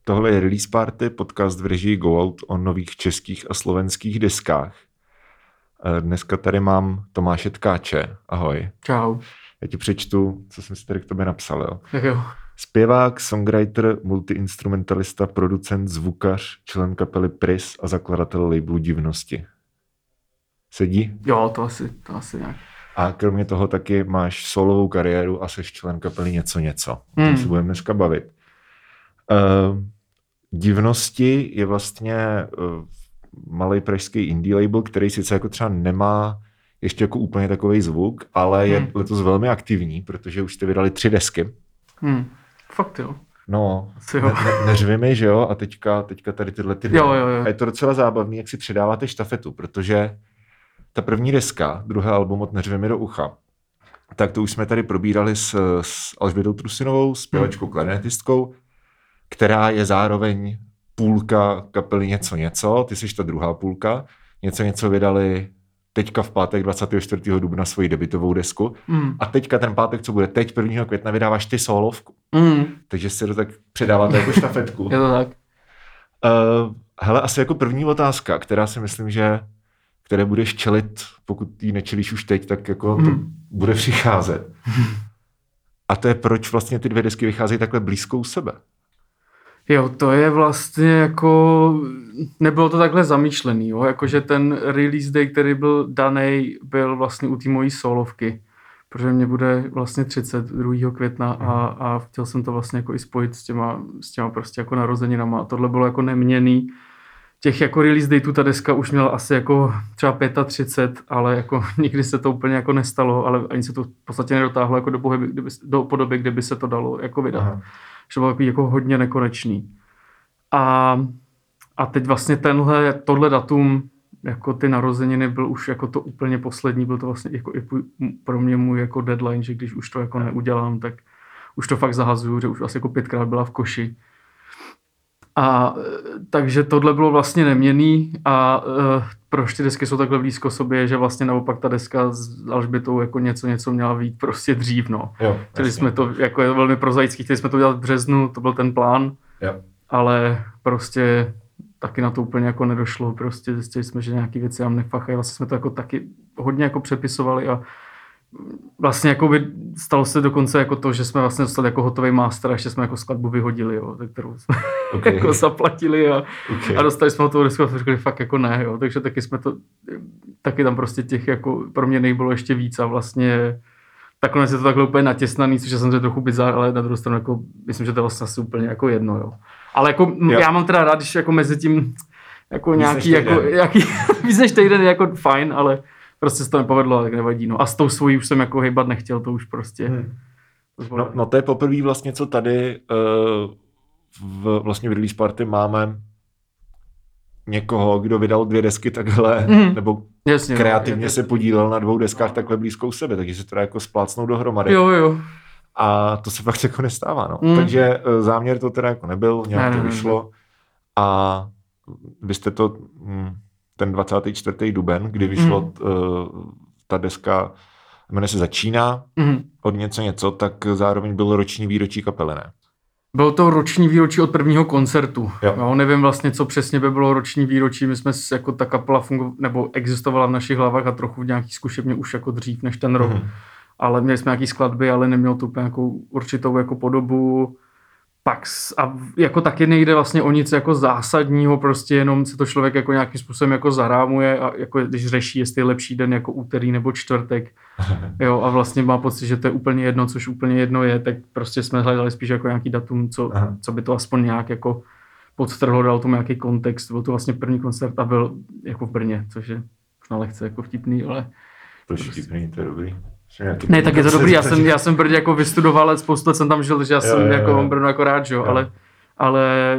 Tohle je Release Party, podcast v režii Go Out o nových českých a slovenských deskách. Dneska tady mám Tomáše Tkáče. Ahoj. Čau. Já ti přečtu, co jsem si tady k tobě napsal. Jo? Tak jo. Zpěvák, songwriter, multiinstrumentalista, producent, zvukař, člen kapely Pris a zakladatel labelu Divnosti. Sedí? Jo, to asi nějak. A kromě toho taky máš solovou kariéru a seš člen kapely Něco. O tom se budeme dneska bavit. Divnosti je vlastně malý pražský indie label, který sice jako třeba nemá ještě jako úplně takovej zvuk, ale je letos velmi aktivní, protože už jste vydali 3 desky. Fakt jo. No, neřvi mi, že jo? A teďka tady tyhle ty dvě. Jo. A je to docela zábavný, jak si předáváte štafetu, protože ta první deska, druhé album od Neřvi mi do ucha, tak to už jsme tady probírali s Alžbětou Trusinovou, zpěvačkou, klarinetistkou, která je zároveň půlka kapely Něco. Ty jsi ta druhá půlka. Něco vydali teďka v pátek 24. dubna svoji debutovou desku. A teďka ten pátek, co bude teď, 1. května, vydáváš ty solovku. Takže si to tak předáváte jako štafetku. Je to tak. Hele, asi jako první otázka, která si myslím, že které budeš čelit, pokud ji nečelíš už teď, tak jako to bude přicházet. A to je, proč vlastně ty 2 desky vycházejí takhle blízko u sebe. Jo, to je vlastně jako, nebylo to takhle zamýšlený, jo, jakože ten release day, který byl daný, byl vlastně u té mojí solovky, protože mě bude vlastně 32. května a chtěl jsem to vlastně jako i spojit s těma prostě jako narozeninama a tohle bylo jako neměnný. Těch jako release dateů ta deska už měla asi jako třeba 35, ale jako nikdy se to úplně jako nestalo, ale ani se to v podstatě nedotáhlo jako do podoby, kde by se to dalo jako vydat. Aha. Že bylo jako hodně nekonečný. A teď vlastně tohle datum, jako ty narozeniny, byl už jako to úplně poslední, byl to vlastně jako i pro mě můj jako deadline, že když už to jako neudělám, tak už to fakt zahazuju, že už asi jako 5krát byla v koši. A takže tohle bylo vlastně neměnný a proč ty desky jsou takhle blízko sobě, že vlastně naopak ta deska s Alžbětou jako něco měla vyjít prostě dřív, no. Chtěli jsme to, jako je velmi prozaický, chtěli jsme to udělat v březnu, to byl ten plán, ale prostě taky na to úplně jako nedošlo, prostě zjistili jsme, že nějaký věci nám nefachají, vlastně jsme to jako taky hodně jako přepisovali a vlastně jako by stalo se dokonce jako to, že jsme vlastně dostali jako hotový master a ještě jsme jako skladbu vyhodili, jo, kterou jsme jako zaplatili a dostali jsme hotovou desku a řekli fakt jako ne, jo, takže taky tam prostě těch jako pro mě nejbylo ještě víc a vlastně nakonec je to takhle úplně natěsnaný, což je samozřejmě trochu bizár, ale na druhou stranu jako myslím, že to je vlastně asi úplně jako jedno, jo. Ale jako já mám teda rád, když jako mezi tím jako nějaký víc než týden je jako fajn, ale prostě se to nepovedlo, tak nevadí. No. A s tou svojí už jsem jako hejbat nechtěl, to už prostě. No to je poprvé vlastně, co tady vlastně v Release Party máme někoho, kdo vydal 2 desky takhle, nebo kreativně se podílel na 2 deskách takhle blízko u sebe, takže se to jako splácnou dohromady. Jo. A to se fakt jako nestává, no. Takže záměr to teda jako nebyl, nějak to vyšlo. A vy jste to ten 24. duben, kdy vyšlo ta deska, jmenuje se Začíná, od něco, tak zároveň bylo roční výročí kapely, ne? Bylo to roční výročí od prvního koncertu. Jo, nevím vlastně, co přesně by bylo roční výročí. My jsme jako ta kapela nebo existovala v našich hlavách a trochu v nějaký zkušebně už jako dřív než ten rok. Ale měli jsme nějaký skladby, ale nemělo to úplně nějakou určitou jako podobu. A jako taky nejde vlastně o nic jako zásadního, prostě jenom se to člověk jako nějakým způsobem jako zarámuje a jako když řeší, jestli je lepší den jako úterý nebo čtvrtek, jo, a vlastně má pocit, že to je úplně jedno, což úplně jedno je, tak prostě jsme hledali spíš jako nějaký datum, co by to aspoň nějak jako podtrhlo, dal tomu nějaký kontext. Byl to vlastně první koncert a byl jako v Brně, což je možná lehce jako vtipný, ale... Proč vtipný, to je dobrý. Ne, tak je to dobrý, já jsem v Brně jako vystudoval, ale spoustu let jsem tam žil, takže já jsem jako Brno jako rád, jo, ale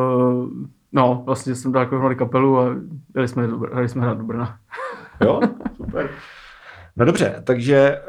no, vlastně jsem dal jako kapelu a jeli jsme hrát do Brna. Jo, super. No dobře, takže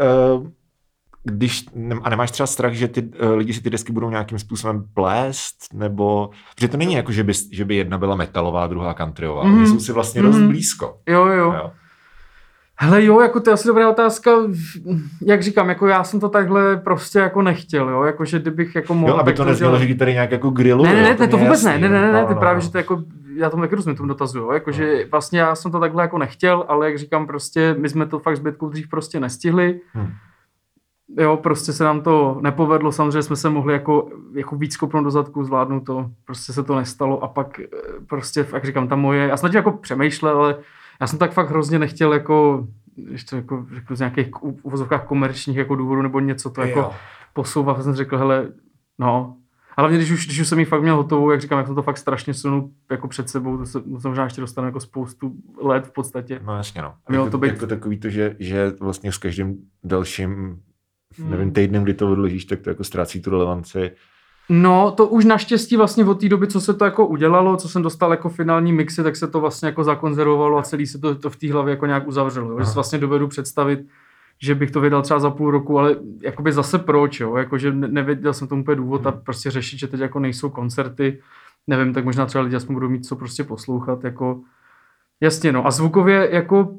a nemáš třeba strach, že ty lidi si ty desky budou nějakým způsobem plést, nebo, protože to není jako, že by jedna byla metalová, druhá countryová, oni jsou si vlastně dost blízko. Jo. Hele jo, jako to je asi dobrá otázka, jak říkám, jako já jsem to takhle prostě jako nechtěl, jo, jakože kdybych jako mohl... Jo, aby to neznělo, že tady nějak jako grilu, Ne, to to vůbec jasný, ne, ty no, právě, no. že to jako, já tomu taky rozumím tomu dotazu, jo, jakože vlastně já jsem to takhle jako nechtěl, ale jak říkám prostě, my jsme to fakt s Bětkou dřív prostě nestihli, jo, prostě se nám to nepovedlo, samozřejmě jsme se mohli jako víc kopnout do zadku, zvládnout to, prostě se to nestalo a pak prostě, jak říkám, ta moje, já jsem jako přemýšlel, ale já jsem tak fakt hrozně nechtěl jako, ještě jako řeknu z nějakých uvozovkách komerčních jako důvodů nebo něco to jako posouvat, jsem řekl, hele, no, ale když už jsem ji fakt měl hotovou, jak říkám, jak jsem to fakt strašně sunul jako před sebou, to se možná ještě dostanu jako spoustu let v podstatě. No jasně, no. Mělo to být... Jako takový to, že vlastně s každým dalším, nevím, týdnem, kdy to odložíš, tak to jako ztrácí tu relevanci. No, to už naštěstí vlastně od té doby, co se to jako udělalo, co jsem dostal jako finální mixy, tak se to vlastně jako zakonzervovalo a celý se to v té hlavě jako nějak uzavřelo. Jo? Že si vlastně dovedu představit, že bych to vydal třeba za půl roku, ale jakoby zase proč, jo? Jakože nevěděl jsem tomu úplně důvod a prostě řešit, že teď jako nejsou koncerty, nevím, tak možná třeba lidi aspoň budou mít co prostě poslouchat, jako jasně, no a zvukově jako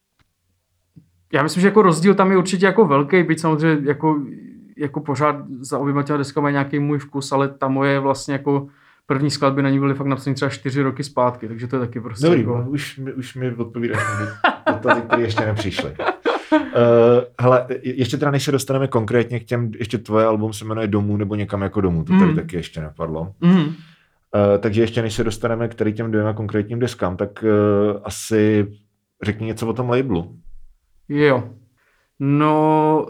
já myslím, že jako rozdíl tam je určitě jako velký, byť samozřejmě jako pořád za oběma těma deskama je nějaký můj vkus, ale ta moje vlastně jako první skladby na ní byly fakt napsané třeba 4 roky zpátky, takže to je taky prostě dobrý, jako... už mi odpovídáš na dotazy, které ještě nepřišly. Hele, ještě teda než se dostaneme konkrétně k těm, ještě tvoje album se jmenuje Domů nebo Někam jako domů, to tady taky ještě napadlo. Takže ještě než se dostaneme k tady těm 2 konkrétním deskám, tak asi řekni něco o tom labelu. Jo, no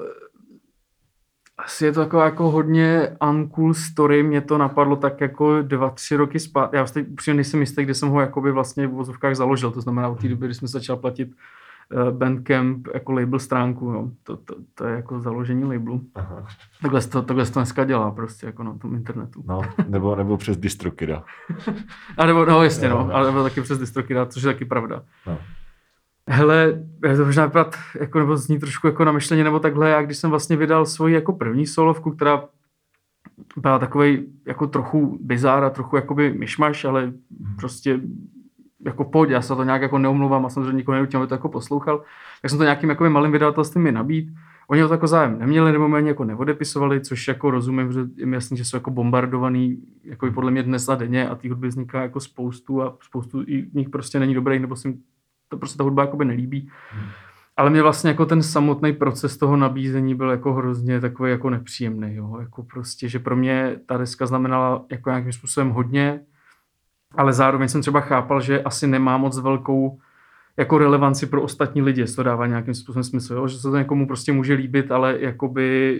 asi je to taková jako hodně uncool story, mě to napadlo tak jako 2-3 roky zpátky, já vlastně upřímně nejsem jistý, kdy jsem ho jakoby vlastně v vozovkách založil, to znamená od té doby, kdy jsme začal platit Bandcamp jako label stránku, jo. To je jako založení labelu. Aha. Takhle se to dneska dělá prostě jako na tom internetu. No, nebo přes DistroKida. A nebo, no jasně, no, ale nebo taky přes DistroKida, což je taky pravda. No. Hele, to možná vypadat, jako, nebo zní trošku jako na myšlení, nebo takhle, já když jsem vlastně vydal svoji jako první solovku, která byla takovej jako trochu bizár a trochu jakoby myšmaš, ale prostě jako pojď, já se to nějak jako neomluvám a samozřejmě nikoho nenutím, aby to jako poslouchal, tak jsem to nějakým jakoby malým vydavatelstvím mi nabít. Oni ho to jako zájem neměli, nebo mě ani jako neodepisovali, což jako rozumím, že jim jasný, že jsou jako bombardovaný, jako podle mě dnes a denně a té hudby vzniká jako spoustu a spoustu i nich prostě není dobrý, nebo si to prostě ta hudba jakoby nelíbí. Ale mě vlastně jako ten samotný proces toho nabízení byl jako hrozně takový jako nepříjemný, jo, jako prostě, že pro mě ta deska znamenala jako nějakým způsobem hodně, ale zároveň jsem třeba chápal, že asi nemá moc velkou jako relevanci pro ostatní lidi, jestli to dává nějakým způsobem smysl, jo? Že se to někomu prostě může líbit, ale jakoby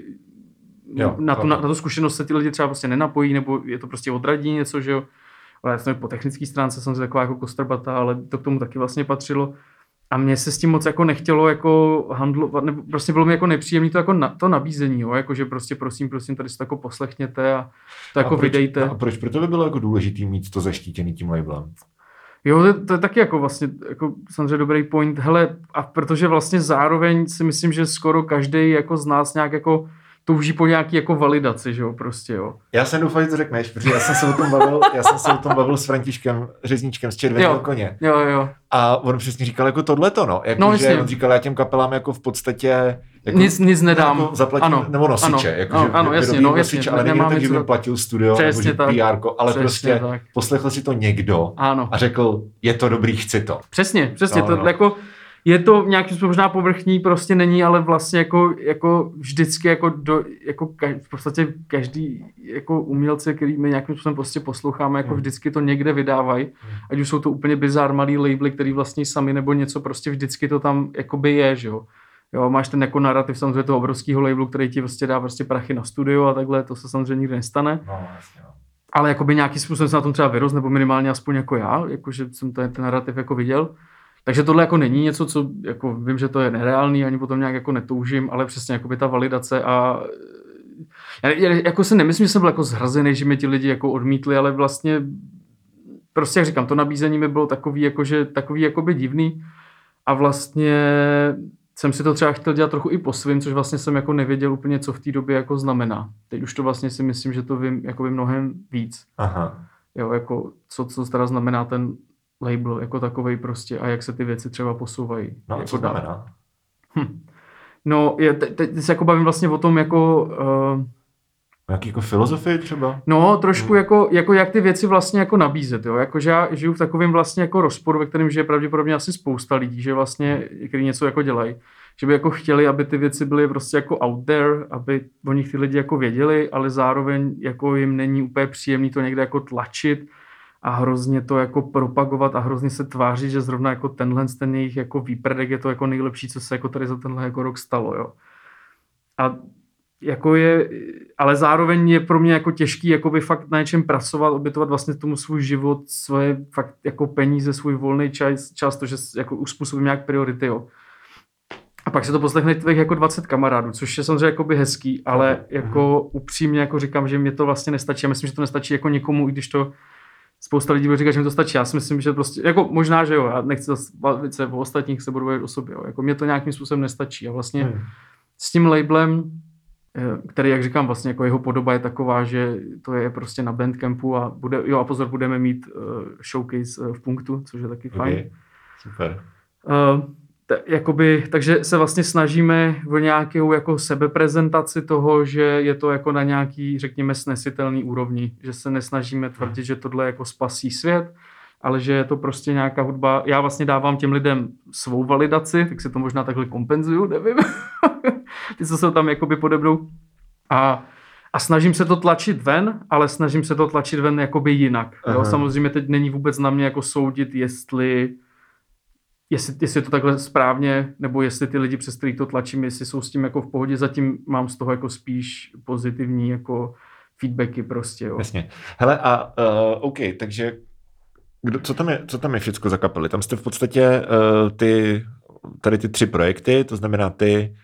na tu zkušenost se ty lidi třeba prostě nenapojí, nebo je to prostě odradí něco, že jo. Ale já jsem po technické stránce samozřejmě taková jako kostrbata, ale to k tomu taky vlastně patřilo. A mně se s tím moc jako nechtělo jako handlovat, nebo prostě bylo mi jako nepříjemné to jako to nabízení, jo? Jako, že prostě prosím, tady si to jako poslechněte a to jako vydejte. A proč proto by bylo jako důležitý mít to zaštítěný tím labelem? Jo, to je taky jako vlastně jako samozřejmě dobrý point. Hele, a protože vlastně zároveň si myslím, že skoro každý jako z nás nějak jako touží po nějaký jako validaci, že jo, prostě, jo. Já jsem doufal, že to řekneš, protože já jsem se o tom bavil s Františkem Řezníčkem z Červeného koně. Jo. A on přesně říkal jako tohleto, no. Jako, no že on říkal, já těm kapelám jako v podstatě jako, nic nedám. Jako zaplatím, nebo nosiče. Jasně, nosiče, ale není tak, že by platil studio, nebo že PR, ale prostě tak. Poslechl si to někdo a řekl, je to dobrý, chci to. Přesně, to jako je to nějakým způsobem možná povrchní, prostě není, ale vlastně jako vždycky jako v podstatě každý jako umělce, který my nějakým způsobem prostě posloucháme, jako vždycky to někde vydávají, ať už jsou to úplně bizár malý labely, který vlastně sami nebo něco, prostě vždycky to tam jakoby je, že jo. Jo, máš ten jako narrativ samozřejmě toho obrovského labelu, který ti prostě dá prostě prachy na studio a takhle, to se samozřejmě nikdy nestane. No, jasně. Ale jakoby nějakým způsobem se na tom třeba vyrost, nebo minimálně aspoň jako já, jakože jsem ten narrativ jako viděl. Takže tohle jako není něco, co jako vím, že to je nereálný, ani potom nějak jako netoužím, ale přesně jako by ta validace a já jako si nemyslím, že jsem byl jako zhrzený, že mi ti lidi jako odmítli, ale vlastně prostě jak říkám, to nabízení mi bylo takový jakoby divný a vlastně jsem si to třeba chtěl dělat trochu i po svým, což vlastně jsem jako nevěděl úplně, co v té době jako znamená. Teď už to vlastně si myslím, že to vím jakoby mnohem víc. Aha. Jo, jako co teda znamená ten label jako takovej prostě a jak se ty věci třeba posouvají. No jako co znamená? No, teď se jako bavím vlastně o tom jako... Nějaký jako filozofii třeba? No, trošku jako jak ty věci vlastně jako nabízet, jo. Jakože já žiju v takovém vlastně jako rozporu, ve kterém žije pravděpodobně asi spousta lidí, že vlastně, kteří něco jako dělají, že by jako chtěli, aby ty věci byly prostě jako out there, aby o nich ty lidi jako věděli, ale zároveň jako jim není úplně příjemný to někde jako tlačit a hrozně to jako propagovat a hrozně se tvářit, že zrovna jako ten jejich jako výpredek je to jako nejlepší, co se jako tady za tenhle jako rok stalo, jo. A jako je, ale zároveň je pro mě jako těžký jakoby fakt na něčem pracovat, obětovat vlastně tomu svůj život, svoje fakt jako peníze, svůj volný čas, to, že jako uspůsobím nějak priority, jo. A pak se to poslechne těch jako 20 kamarádů, což je samozřejmě jakoby hezký, ale jako upřímně jako říkám, že mě to vlastně nestačí. Já myslím, že to nestačí jako někomu, i když to spousta lidí bude říkat, že mi to stačí. Já si myslím, že prostě, jako možná, že jo, já nechci bavit se o ostatních, se budu bavit o sobě, jo. Jako mě to nějakým způsobem nestačí a vlastně s tím labelem, který, jak říkám, vlastně jako jeho podoba je taková, že to je prostě na Bandcampu a budeme mít showcase v Punktu, což je taky fajn. Okay. Super. Takže se vlastně snažíme o nějakou jako sebeprezentaci toho, že je to jako na nějaký, řekněme, snesitelný úrovni, že se nesnažíme tvrdit, že tohle jako spasí svět, ale že je to prostě nějaká hudba. Já vlastně dávám těm lidem svou validaci, tak si to možná takhle kompenzuju, nevím. Ty, co se tam jakoby podebnou. A snažím se to tlačit ven, ale snažím se to tlačit ven jakoby jinak. Jo? Samozřejmě teď není vůbec na mě jako soudit, jestli je to takhle správně, nebo jestli ty lidi, přes který to tlačím, jestli jsou s tím jako v pohodě, zatím mám z toho jako spíš pozitivní jako feedbacky prostě. Jo. Jasně. Hele OK, takže co tam je všecko za kapely? Tam jste v podstatě tady ty 3 projekty, to znamená ty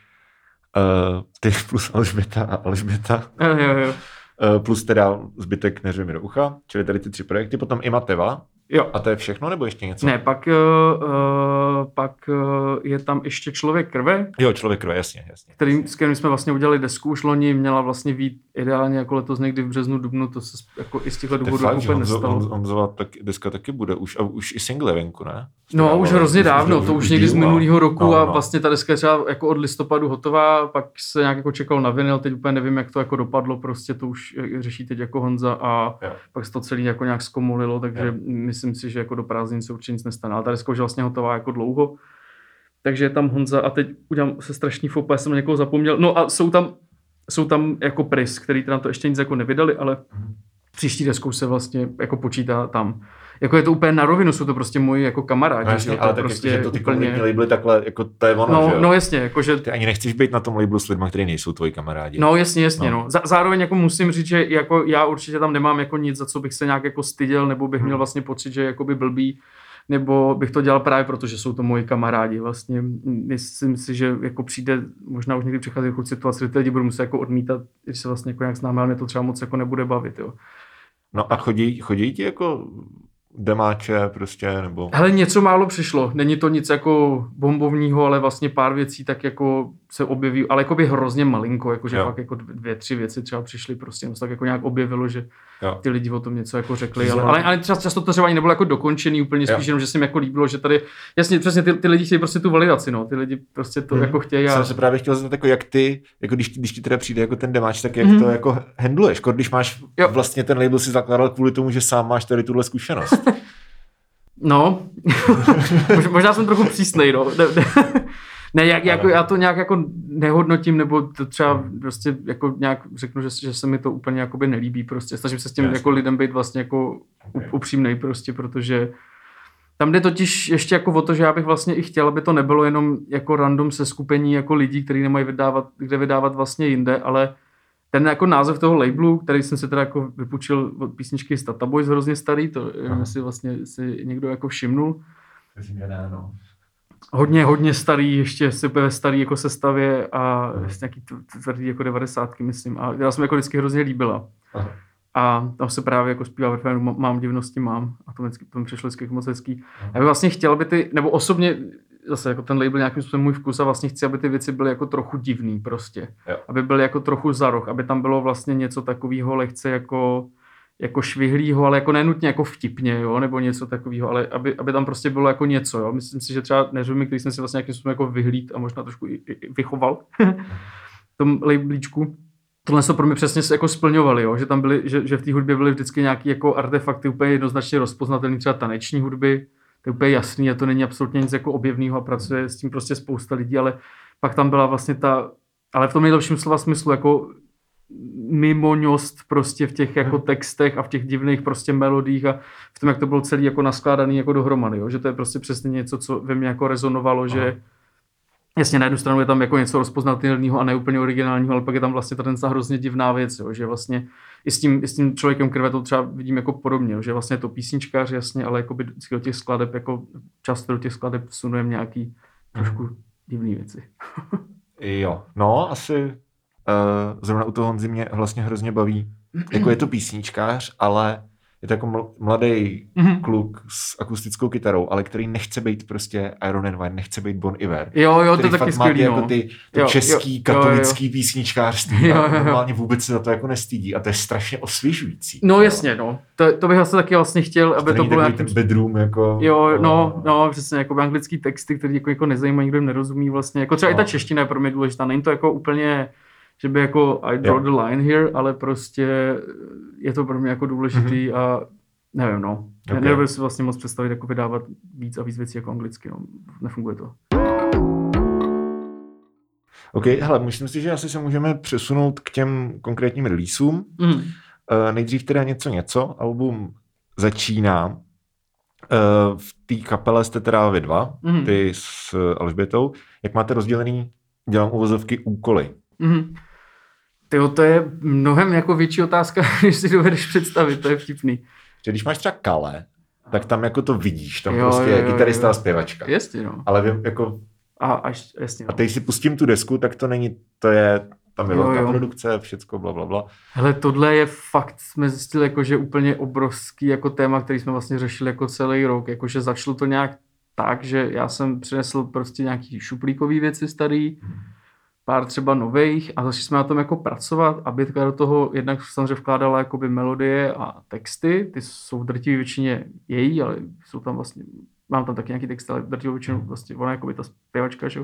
plus Alžběta a Alžběta. Jo. Plus teda zbytek Neřvi mi do ucha, čili tady ty 3 projekty, potom i Mateva. Jo. A to je všechno, nebo ještě něco? Ne, pak je tam ještě Člověk krve. Jo, Člověk krve, jasně. S kterým jsme vlastně udělali desku už loni, měla vlastně být ideálně jako letos někdy v březnu, dubnu, to se jako i z těchto důvodů úplně nestalo. Honzova deska taky bude, už i single venku, ne? No už hrozně dávno, to už někdy z minulého roku a vlastně ta deska je třeba jako od listopadu hotová, pak se nějak jako čekal na vinyl, teď úplně nevím, jak to jako dopadlo, prostě to už řeší teď jako Honza a pak se to celý jako nějak zkomolilo, takže myslím si, že jako do prázdnin se určitě nic nestane, ale ta deska už je vlastně hotová jako dlouho, takže je tam Honza a teď udělám se strašný foupa, já jsem na někoho zapomněl, no a jsou tam jako Pris, který teda to ještě nic jako nevydali, ale příští deskou se vlastně jako počítá tam. Jako je to úplně na rovinu, jsou to prostě moji jako kamarádi. No jasně, ale tak prostě jako, že to ty komunitní labely takhle, jako to je ono, že jo? No jasně, jakože... Ty ani nechceš být na tom labelu s lidmi, kteří nejsou tvoji kamarádi. No jasně. No. Zároveň jako musím říct, že jako já určitě tam nemám jako nic, za co bych se nějak jako styděl, nebo bych měl vlastně pocit, že jakoby blbý, nebo bych to dělal právě proto, že jsou to moji kamarádi. Vlastně myslím si, že jako přijde, možná už někdy přichází jako situace, že ty lidi budou muset jako odmítat, když se vlastně jako nějak známe, ale mě to třeba moc jako nebude bavit, jo. No a chodí ti jako demáče prostě, nebo... Hele, něco málo přišlo. Není to nic jako bombovního, ale vlastně pár věcí tak jako se objeví, ale jako by hrozně malinko, jakože fakt jako 2-3 věci třeba přišly prostě, no tak jako nějak objevilo, že ty lidi o tom něco jako řekli, ale často to třeba ani nebylo jako dokončený úplně, spíš jenom, že se mi jako líbilo, že tady, jasně, přesně ty lidi chtějí prostě tu validaci, no, ty lidi prostě to jako chtějí. Jsem se právě chtěl zeptat, jak ty, jako když ti teda přijde jako ten demáč, tak jak to jako handluješ, když máš vlastně ten label si zakládal kvůli tomu, že sám máš tady tuhle zkušenost. No, možná jsem trochu přísnej, no. Ne, jako, já to nějak jako nehodnotím, nebo to třeba prostě jako nějak řeknu, že se mi to úplně jakoby nelíbí prostě. Snažím se s těm jako lidem být vlastně jako upřímnej prostě, protože tam jde totiž ještě jako o to, že já bych vlastně i chtěl, aby to nebylo jenom jako random seskupení jako lidí, kteří nemají vydávat vlastně jinde, ale ten jako název toho labelu, který jsem se teda jako vypůjčil od písničky Stata Boys, hrozně starý, to si vlastně si někdo jako všimnul. Hodně starý, ještě super starý jako sestavě a nějaký tvrdý jako 90, myslím. A já jsem jako vždycky hrozně líbila. A tam se právě jako zpívá v Mám divnosti, mám. A to mi přišlo vždycky moc hezký. Já bych vlastně chtěl, aby nebo osobně, zase jako ten label nějakým způsobem můj vkus a vlastně chci, aby ty věci byly jako trochu divný prostě. Aby byly jako trochu za roh, aby tam bylo vlastně něco takového lehce jako jako švihlýho, ale jako nenutně jako vtipně, jo, nebo něco takového, ale aby tam prostě bylo jako něco, jo. Myslím si, že třeba Neřumi, který jsem si vlastně nějakým způsobem jako vyhlíd a možná trošku i vychoval v tom labelíčku, tohle se pro mě přesně jako splňovali, jo, že tam byly, že v té hudbě byly vždycky nějaký jako artefakty úplně jednoznačně rozpoznatelný, třeba taneční hudby, to je úplně jasný a to není absolutně nic jako objevného a pracuje s tím prostě spousta lidí, ale pak tam byla vlastně ale v tom nejlepším slova smyslu, jako mimoňost prostě v těch jako textech a v těch divných prostě melodích a v tom, jak to bylo celý jako naskládaný jako dohromady, jo? Že to je prostě přesně něco, co ve mně jako rezonovalo, že jasně na jednu stranu je tam jako něco rozpoznatelného a neúplně originálního, ale pak je tam vlastně ta hrozně divná věc, jo? Že vlastně i s tím člověkem krve to třeba vidím jako podobně, jo? Že vlastně je to písničkář, jasně, ale jako by do těch skladeb, jako často do těch skladeb vsunujeme nějaký trošku divný věci. Jo, no asi zrovna u toho Honzy mě vlastně hrozně baví, jako je to písničkář, ale je to jako mladý kluk s akustickou kytarou, ale který nechce být prostě Iron and Wine, nechce být Bon Iver. Jo, to je taky skvělý, jako to český katolický písničkářství a normálně vůbec se za to jako nestydí a to je strašně osvěžující. No jasně, no. To bych asi taky vlastně chtěl, aby to bylo nějaký ten bedroom jako... Jo, no, přesně, jako anglický texty, který jako nezajímají, nikdo jim nerozumí vlastně. Jako třeba i ta čeština je pro mě důležitá, není to jako úplně, že by jako I draw the line here, ale prostě je to pro mě jako důležitý a nevím, no. Okay. Nedovedu si vlastně moc představit, jako vydávat víc a víc věcí jako anglicky, no. Nefunguje to. OK, hele, myslím si, že asi se můžeme přesunout k těm konkrétním releaseům. Nejdřív teda něco. Album začíná. V té kapele jste teda vy dva, ty s Alžbětou. Jak máte rozdělený, dělám uvozovky, úkoly? Tyjo, to je mnohem jako větší otázka, než si dovedeš představit, to je vtipný. Že když máš třeba Kale, tak tam jako to vidíš, tam prostě je kytarista a zpěvačka. Jasně, no. Ale vím, jako... Jasně, no. A teď si pustím tu desku, tak to není, tam je velká produkce, všecko, blablabla. Hele, tohle je fakt, jsme zjistili, jako, že úplně obrovský jako téma, který jsme vlastně řešili jako celý rok, jakože začalo to nějak tak, že já jsem přinesl prostě nějaký šuplíkový věci starý, pár třeba nových a začali jsme na tom jako pracovat a Bětka do toho jednak samozřejmě vkládala jakoby melodie a texty, ty jsou v drtivé většině její, ale jsou tam vlastně, mám tam taky nějaký text, ale drtivou většinu vlastně ona jakoby ta zpěvačka, že?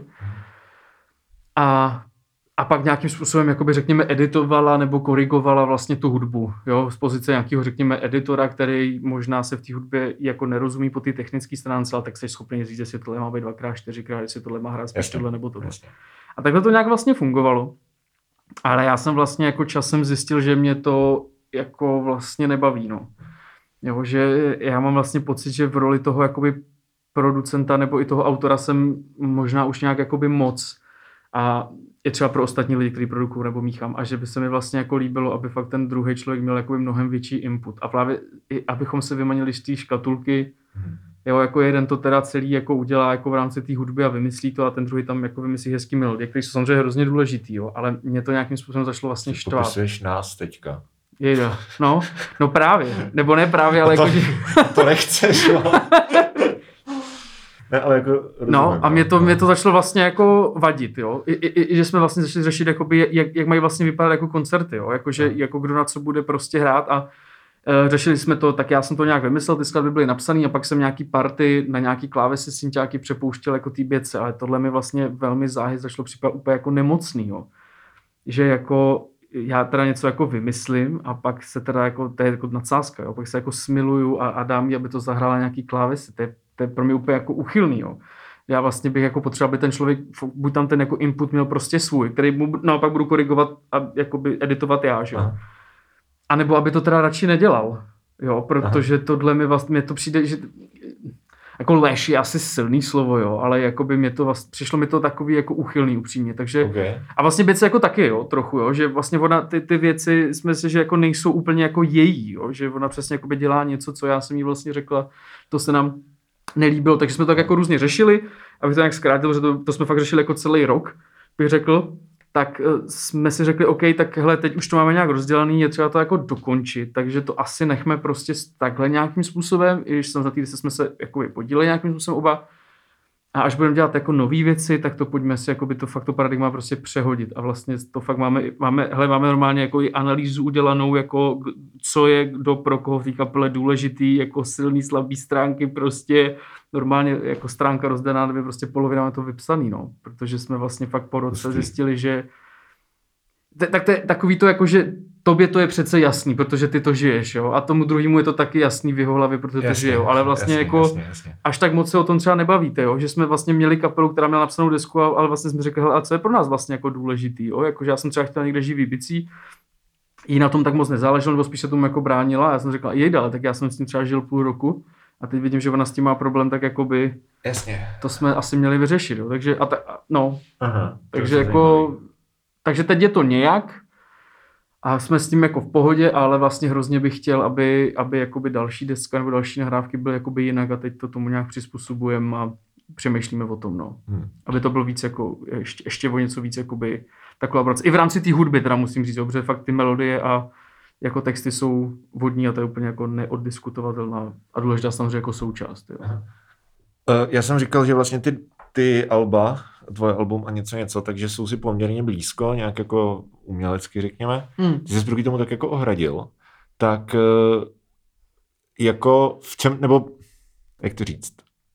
A pak nějakým způsobem, jakoby řekněme, editovala nebo korigovala vlastně tu hudbu, jo, z pozice nějakého, řekněme, editora, který možná se v té hudbě jako nerozumí po té technické stránce, ale tak jsi schopný říct, jestli tohle má být 2x, 4x, jestli tohle má hrát spíš tohle nebo tohle. A takhle to nějak vlastně fungovalo. Ale já jsem vlastně jako časem zjistil, že mě to jako vlastně nebaví, no. Jo, že já mám vlastně pocit, že v roli toho jakoby producenta nebo i toho autora jsem možná už nějak jakoby moc. A je třeba pro ostatní lidi, kteří produkují nebo míchám. A že by se mi vlastně jako líbilo, aby fakt ten druhý člověk měl jakoby mnohem větší input. A právě i abychom se vymanili z té škatulky, jo, jako jeden to teda celý jako udělá jako v rámci té hudby a vymyslí to a ten druhý tam jako vymyslí hezký melodie, který jsou samozřejmě hrozně důležitý, jo, ale mě to nějakým způsobem začalo vlastně štvat. Popisuješ nás teďka. Jejda, no právě, nebo ne právě, ale to, jako... To nechceš, jo. Ne, ale jako rozumím, no a mě to začalo vlastně jako vadit, jo, I že jsme vlastně začali řešit, jakoby, jak mají vlastně vypadat jako koncerty, jo, jakože jako kdo na co bude prostě hrát a řešili jsme to, tak já jsem to nějak vymyslel, ty skladby byly napsaný a pak jsem nějaký party na nějaký klávesy synťáky přepouštěl jako ty běce, ale tohle mi vlastně velmi záhy začalo připadat úplně jako nemocný, jo. Že jako já teda něco jako vymyslím a pak se teda jako, to je jako nadsázka, jo, pak se jako smiluju a dám jí, aby to zahrála nějaký klávesy, to je pro mě úplně jako uchylný, jo. Já vlastně bych jako potřeboval, aby ten člověk, buď tam ten jako input měl prostě svůj, který mu naopak budu korigovat a jakoby editovat já, že jo. A nebo aby to teda radši nedělal, jo, protože tohle mě to přijde, že jako lež je asi silný slovo, jo, ale jakoby přišlo mi to takový jako uchylný upřímně, takže a vlastně věci jako taky, jo, trochu, jo, že vlastně ona ty věci jsme si, že jako nejsou úplně jako její, jo, že ona přesně jakoby dělá něco, co já jsem jí vlastně řekla, to se nám nelíbilo, takže jsme to tak jako různě řešili, abych to nějak zkrátil, že to jsme fakt řešili jako celý rok, bych řekl. Tak jsme si řekli, OK, tak hele, teď už to máme nějak rozdělený, je třeba to jako dokončit, takže to asi nechme prostě takhle nějakým způsobem, i když samozřejmě jsme se jako podíleli nějakým způsobem oba. A až budeme dělat jako nový věci, tak to pojďme si jakoby to fakt to paradigma prostě přehodit. A vlastně to fakt máme normálně jako i analýzu udělanou, jako co je kdo pro koho v té kapele důležitý, jako silný, slabý stránky, prostě normálně jako stránka rozdaná, kde prostě polovina máme to vypsaný, no. Protože jsme vlastně fakt po roce zjistili, že tak to je takový to jako, že tobě to je přece jasný, protože ty to žiješ, jo, a tomu druhému je to taky jasný v jeho hlavě, protože to žijou, ale vlastně jasně. Až tak moc se o tom třeba nebavíte, jo, že jsme vlastně měli kapelu, která měla napsanou desku, ale vlastně jsme řekli, a co je pro nás vlastně jako důležitý, jo, jakože já jsem třeba chtěl někde živý bicí, jí na tom tak moc nezáleželo, nebo spíš se tomu jako bránila, a já jsem řekl, ale tak já jsem s tím třeba žil půl roku, a teď vidím, že ona s tím má problém, tak jakoby to jsme asi měli vyřešit, jo, takže takže jako takže teď je to nějak a jsme s tím jako v pohodě, ale vlastně hrozně bych chtěl, aby jakoby další deska nebo další nahrávky byly jakoby jinak a teď to tomu nějak přizpůsobujeme a přemýšlíme o tom, no. Aby to bylo víc jako, ještě o něco víc jakoby ta kolaborace. I v rámci té hudby teda musím říct, dobře, fakt ty melodie a jako texty jsou vodní a to je úplně jako neoddiskutovatelná a důležitá samozřejmě jako součást. Jo. Já jsem říkal, že vlastně ty alba, tvoje album a něco, takže jsou si poměrně blízko, nějak jako umělecky řekněme. Ty jsi proti tomu tak jako ohradil, tak jako v čem, nebo jak to říct,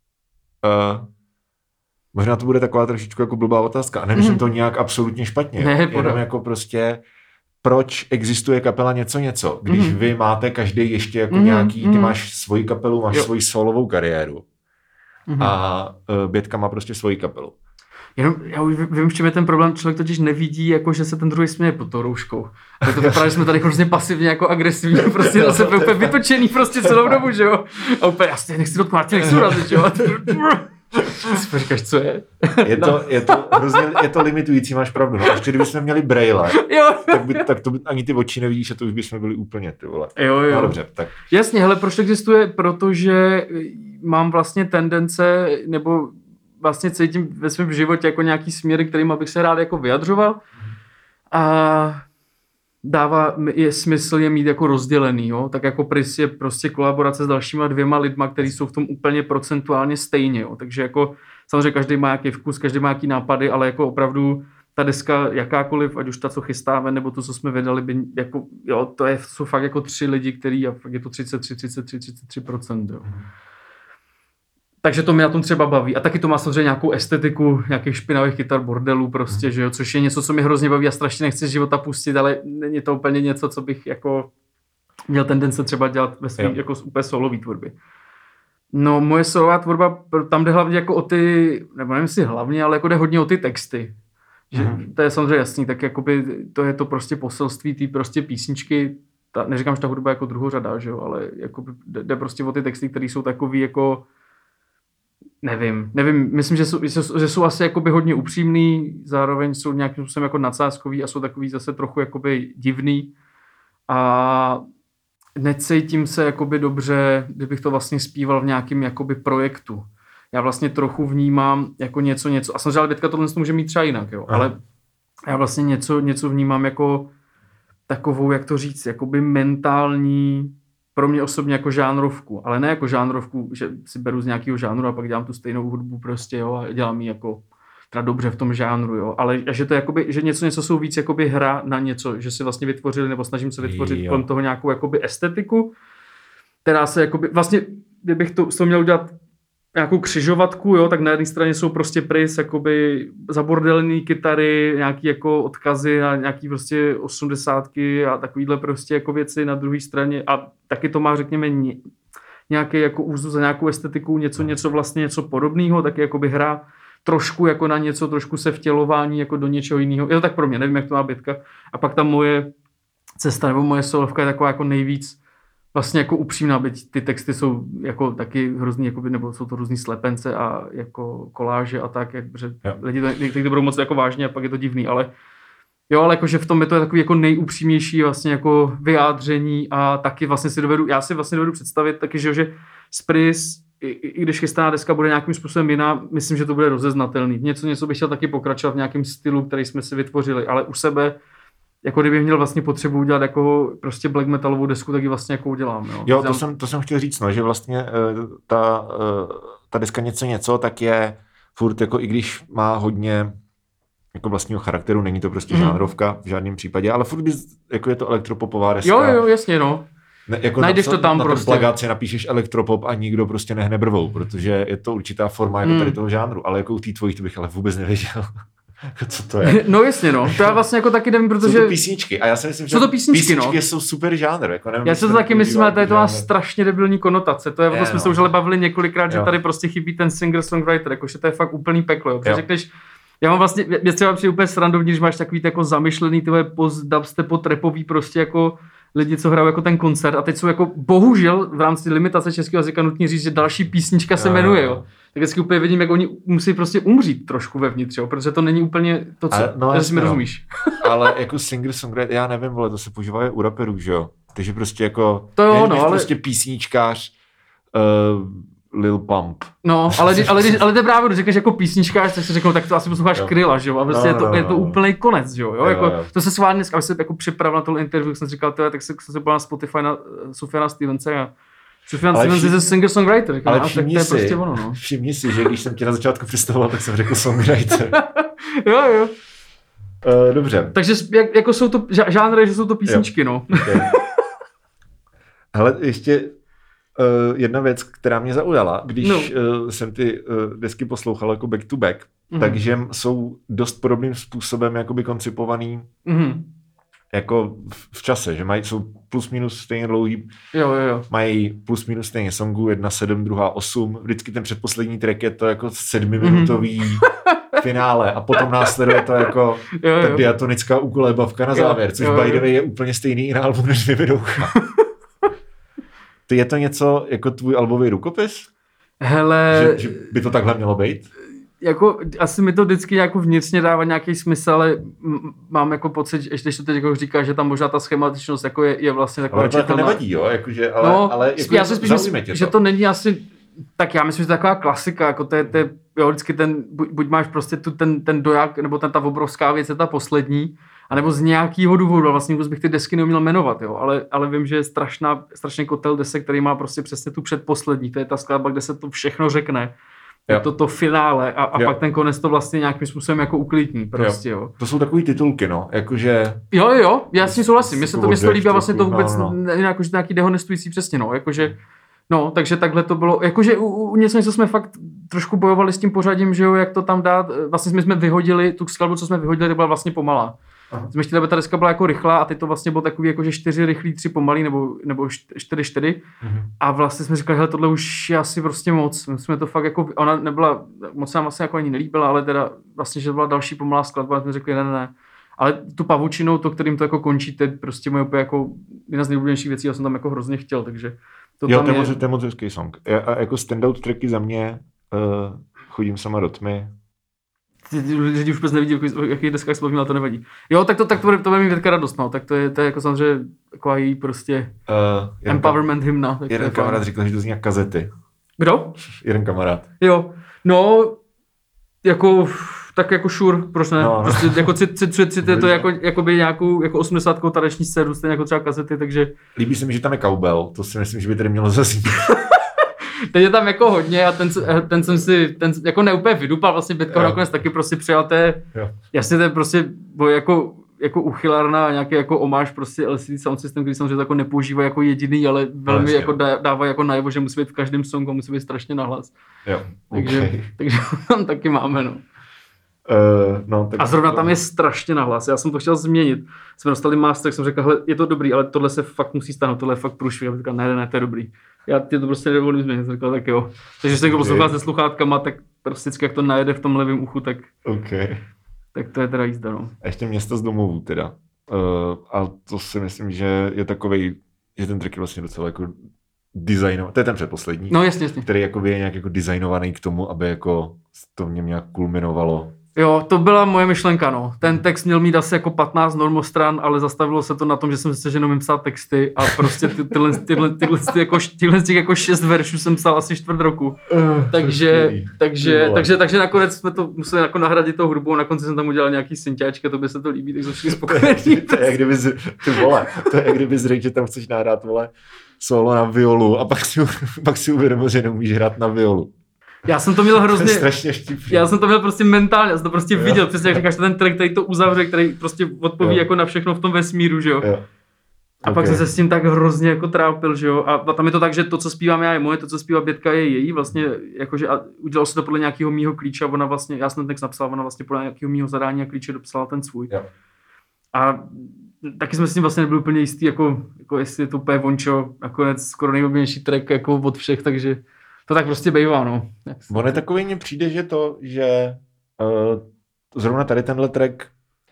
možná to bude taková trošičku jako blbá otázka a nemyslím to nějak absolutně špatně, jenom jako prostě proč existuje kapela něco, když vy máte každý ještě jako nějaký, ty máš svoji kapelu, máš svoji solovou kariéru a Bětka má prostě svoji kapelu. Jenom, já už vím, v čem je ten problém, člověk totiž nevidí, jako, že se ten druhý směje pod tou rouškou. A to vypadá, že jsme tady hrozně pasivně jako agresivní, prostě na sebe úplně vytočený prostě celou dobu, že jo. A úplně, já si nechci dotknout, já tě nechci urazit, že jo. A říkáš, co je? Je to limitující, máš pravdu. No, ještě kdybychom měli brejle, tak to ani ty oči nevidíš a to už bychom byli úplně, ty vole. Jo. No, dobře, tak. Jasně, hele, proč to existuje? Protože mám vlastně tendence, nebo vlastně cítím ve svém životě jako nějaký směry, kterým bych se rád jako vyjadřoval a dává je smysl je mít jako rozdělený, jo? Tak jako Pris je prostě kolaborace s dalšíma 2 lidma, kteří jsou v tom úplně procentuálně stejně, jo? Takže jako samozřejmě každý má nějaký vkus, každý má nějaký nápady, ale jako opravdu ta deska jakákoliv, ať už ta, co chystáme, nebo to, co jsme vydali, by jako, jo, jsou fakt jako 3 lidi, který, a fakt je to 33%, jo. Takže to mě na tom třeba baví. A taky to má samozřejmě nějakou estetiku, nějakých špinavých kytar, bordelů prostě, že jo, což je něco, co mě hrozně baví a strašně nechci z života pustit, ale není to úplně něco, co bych jako měl tendence třeba dělat ve své jako úplně solový tvorbě. No, moje solová tvorba, tam jde hlavně jako o ty, nebo nevím si hlavně, ale jako jde hodně o ty texty. Že, to je samozřejmě jasný, tak jakoby to je to prostě poselství té prostě písničky, neříkám, že ta hudba jako druhořadá, že jo, ale jakoby jde prostě o ty texty, které jsou takový jako Nevím, myslím, že jsou asi jakoby hodně upřímný, zároveň jsou nějakým způsobem jako nadsázkový a jsou takový zase trochu jakoby divný a necítím se jakoby dobře, kdybych to vlastně zpíval v nějakém jakoby projektu. Já vlastně trochu vnímám jako něco a samozřejmě Bětka tohle může mít třeba jinak, jo, ale já vlastně něco vnímám jako takovou, jak to říct, jakoby mentální, pro mě osobně jako žánrovku, ale ne jako žánrovku, že si beru z nějakého žánru a pak dělám tu stejnou hudbu prostě, jo, a dělám ji jako teda dobře v tom žánru, jo, ale že to jakoby, že něco jsou víc jakoby hra na něco, že si vlastně vytvořili, nebo snažím se vytvořit kolem toho nějakou jakoby estetiku, která se jakoby, vlastně, kdybych to měl udělat nějakou křižovatku, jo, tak na jedné straně jsou prostě Pris, jakoby zabordelený kytary, nějaký jako odkazy a nějaký prostě 80ky a takovýhle prostě jako věci na druhé straně a taky to má, řekněme, nějaký jako úzus za nějakou estetiku, něco vlastně něco podobného, taky jakoby hra trošku jako na něco, trošku se vtělování jako do něčeho jiného. Je to tak pro mě, nevím, jak to má Bětka. A pak ta moje cesta nebo moje solovka je taková jako nejvíc vlastně jako upřímná, byť ty texty jsou jako taky hrozný, jakoby, nebo jsou to různý slepence a jako koláže a tak, že lidi to budou moc jako vážně a pak je to divný, ale jo, ale jakože v tom je to takový jako nejupřímnější vlastně jako vyjádření a taky vlastně já si vlastně dovedu představit taky, že Pris, i když chystaná deska bude nějakým způsobem jiná, myslím, že to bude rozeznatelný. Něco bych chtěl taky pokračovat v nějakém stylu, který jsme si vytvořili, ale u sebe jako kdybych měl vlastně potřebu udělat jako prostě black metalovou desku, tak ji vlastně jako udělám. Jo, to jsem chtěl říct, no, že vlastně ta deska něco, tak je v furt jako i když má hodně jako vlastního charakteru, není to prostě žánrovka v žádném případě, ale furt jako je to elektropopová deska. Jo, jasně, no. Ne, jako najdeš to tam na prostě. Na plagát si napíšeš elektropop a nikdo prostě nehne brvou, protože je to určitá forma jako tady toho žánru, ale jako u té tvojí to bych ale vůbec nevěděl. Co to je? No jasně, no. To já vlastně jako taky nevím, protože... Jsou to písničky a já si myslím, že písničky jsou super žánr. Jako nevím, já si to taky myslím, ale tady to má strašně debilní konotace. To je v tom smyslu, že bavili několikrát, že tady prostě chybí ten singer-songwriter, jakože to je fakt úplný peklo. Protože řekneš, já mám vlastně, mě třeba přijde úplně srandovní, když máš takový jako zamyšlený tyhle post-dubstepo trapový prostě jako lidi, co hrajou jako ten koncert a teď jsou jako bohužel v rámci limitace českého jazyka nutně říct, že další písnička se jmenuje, jo. Tak vždycky úplně vidím, jak oni musí prostě umřít trošku vevnitř, jo, protože to není úplně to, co si mi rozumíš. Ale jako singer-songwriter, já nevím, vole, to se používá u raperů, že jo. Takže prostě jako, to jo, než ale... prostě písničkář, Lil Pump. No, ale to je právě, když řekneš jako písničkář, tak si řeknou, tak to asi posloucháš Kryla, že jo, a prostě je to úplný konec, že jo, jako, to se schválně dneska, aby se jako připravil na tohle interview, jsem si říkal, tak jsem se byl na Spotify na Sufjana Stevense a Sufjan Stevens je singer-songwriter, ale tak to je prostě ono, no. Všimni si, že když jsem tě na začátku představoval, tak jsem řekl songwriter. Jo. Dobře. Takže jako jsou to žánry, že jsou to písničky, no. Okay. Hele, ještě jedna věc, která mě zaujala, když jsem ty desky poslouchal jako back to back, takže jsou dost podobným způsobem jakoby koncipovaný jako v čase, že jsou plus minus stejně dlouhý, jo. mají plus minus stejně songů, 1:7, druhá 8, vždycky ten předposlední track je to jako 7minutový finále a potom následuje to jako ta diatonická ukulélebavka na závěr, což by the way je úplně stejný i na albu než Vyvedoucha. Je to něco jako tvůj albový rukopis? Hele... Že by to takhle mělo být? Jako, asi mi to vždycky jako vnitřně dává nějaký smysl, ale mám jako pocit, že když to teď jako říká, že tam možná ta schematičnost jako je vlastně taková čitelná. Ale to nevadí, jo? Jakože, ale jako já si spíš myslím, že to není asi... Tak já myslím, že to je taková klasika, jako to je vždycky ten, buď máš prostě ten doják, nebo ta obrovská věc je ta poslední, anebo z nějakého důvodu, vlastně vůbec bych ty desky neuměl jmenovat, jo, ale vím, že je strašně kotel desek, který má prostě přesně tu předposlední, to je ta skladba, kde se to všechno řekne, je to finále a pak ten konec to vlastně nějakým způsobem jako uklidní, prostě, jo. To jsou takový titulky, no, jakože... Jo, já s tím souhlasím, mně se to líbí a vlastně to vůbec jakože nějaký dehonestující přesně, no, jakože... No, takže takhle to bylo, jakože u něco jsme fakt trošku bojovali s tím pořadím, že jo, jak to tam dát, vlastně jsme vyhodili, tu skladbu, co jsme vyhodili, to byla vlastně pomalá. Jsme chtěli, aby ta deska byla jako rychlá a teď to vlastně bylo takový jakože 4 rychlý, 3 pomalý, nebo 4. A vlastně jsme říkali, hele, tohle už je asi prostě moc, jsme to fakt jako, ona nebyla, moc nám vlastně jako ani nelíbila, ale teda vlastně, že byla další pomalá skladba a jsme řekli, ne. Ale tu pavučinou, to, kterým to jako končí, to je prostě moje úplně jako jedna z nejoblíbenějších věcí, já jsem tam jako hrozně chtěl, takže to je moc hezký song. A jako standout tracky za mě Chodím sama do tmy. Lidi už vůbec nevidí, o jakých deskách se bavíme, ale to nevadí. Jo, tak to bude mít Větka radost, no. Tak to je jako samozřejmě taková její prostě empowerment hymna. Jeden kamarád říkal, že to zní jak kazety. Kdo? Jeden kamarád. Jo, no, jako, tak jako sure, proč ne? No. Prostě jako cituje to jako by nějakou jako 80 taneční scénu, stejně jako třeba kazety, takže... Líbí se mi, že tam je cowbell, to si myslím, že by tady mělo zaznít. Teď je tam jako hodně a ten jsem si jako neúplně vydupal, vlastně Bětka nakonec taky prostě přijal, jasně to je prostě jako uchylárna a nějaký jako omáž prostě LCD Sound System, který samozřejmě jako nepoužívá jako jediný, ale velmi jako dává jako najevo, že musí být v každém songu, musí být strašně nahlas. Jo, takže tam taky máme, no. A zrovna tam je strašně nahlas, já jsem to chtěl změnit. Jsme dostali master, tak jsem řekl, hele, je to dobrý, ale tohle se fakt musí stáhnout, tohle je fakt průšvih. Já říkal, ne, to je dobrý. Já ti to prostě nedovolím změnit, jsem říkal, tak jo. Takže když se někdo poslouchá se sluchátkama, tak prostě vždycky, jak to najede v tom levém uchu, tak to je teda jízda, no. A ještě Města z domovů teda. A to si myslím, že je takovej, že ten track je vlastně docela jako designovaný, to je ten předposlední, no, jasně. Který jako je nějak jako designovaný k tomu, aby jako to v něm nějak kulminovalo. Jo, to byla moje myšlenka, no. Ten text měl mít asi jako 15 normostran, ale zastavilo se to na tom, že jsem si jenom psal texty a prostě tyhle jako 6 veršů jsem psal asi 4 roku. Takže nakonec jsme to museli jako nahradit tou hudbou, na konci jsem tam udělal nějaký synťáčky, to by se to líbí, tak jsme všichni spokojení. To je jak kdyby řekl, že tam chceš nahrát, vole, solo na violu a pak si uvědomil, že neumíš hrát na violu. Já jsem to měl To je hrozně, strašně vtipný. já jsem to měl prostě mentálně, já jsem to prostě viděl, přesně jak říkáš, ten track, který to uzavře, který prostě odpoví jako na všechno v tom vesmíru, že jo. A pak jsem se s tím tak hrozně jako trápil, že jo. A tam je to tak, že to, co zpívám já, je moje, to, co zpívá Bětka, je její, vlastně, jakože a udělal se to podle nějakého mýho klíče, ona vlastně, já jsem ten text napsal, ona vlastně podle nějakého mýho zadání a klíče dopsala ten svůj. Jo. A taky jsme s tím vlastně nebyli úplně jistý, jako jestli je to úplně vončo, nakonec skoro nejmobilnější track jako od všech, takže to tak prostě bývá, no. On je takový, mně přijde, že zrovna tady tenhle track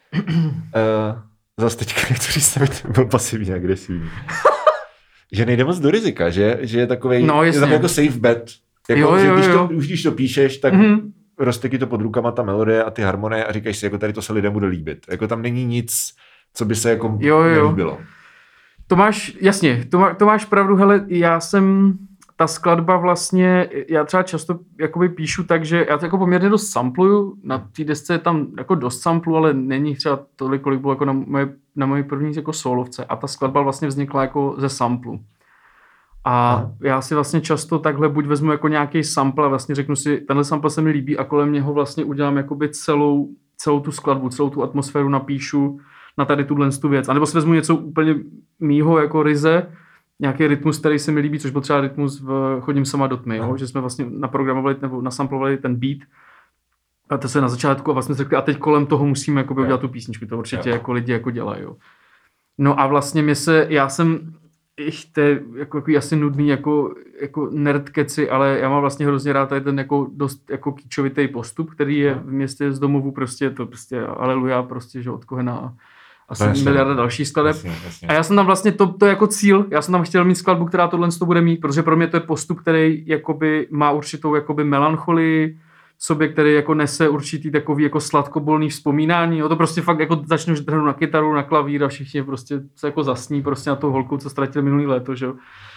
zase teďka nechci říct, byl pasivní, agresivní. Že nejde moc do rizika, že je takovej, no, je takový jako safe bet. Jako, jo. Už když to píšeš, tak roste ti to pod rukama ta melodie a ty harmonie a říkáš si, jako tady to se lidem bude líbit. Jako tam není nic, co by se jako nelíbilo. To máš, jasně, to máš pravdu, hele, ta skladba vlastně, já třeba často jakoby píšu tak, že já to jako poměrně dost sampluju, na té desce je tam jako dost samplu, ale není třeba tolik, kolik bylo jako na moje první jako solovce a ta skladba vlastně vznikla jako ze samplu. A já si vlastně často takhle buď vezmu jako nějaký sample a vlastně řeknu si, tenhle sample se mi líbí a kolem něho vlastně udělám jakoby celou tu skladbu, celou tu atmosféru napíšu na tady tu věc. A nebo si vezmu něco úplně mýho jako ryze, nějaký rytmus, který se mi líbí, což byl třeba rytmus v Chodím sama do tmy, že jsme vlastně naprogramovali nebo nasamplovali ten beat a to se na začátku a vlastně řekli a teď kolem toho musíme jakoby udělat tu písničku, to určitě jako lidi jako dělají. Jo. No a vlastně to je jako asi nudný jako nerd keci, ale já mám vlastně hrozně rád tady ten jako dost jako kýčovitý postup, který je v Městě z domovu prostě to prostě aleluja prostě, že od Kohena asi miliarda dalších skladeb. Jasně. A já jsem tam vlastně, to je jako cíl, já jsem tam chtěl mít skladbu, která tohle to bude mít, protože pro mě to je postup, který jakoby má určitou jakoby melancholii v sobě, který jako nese určitý takový jako sladkobolný vzpomínání. To prostě fakt jako začneš hrát na kytaru, na klavír a všichni prostě se jako zasní prostě na tou holku, co ztratil minulý léto, že jo.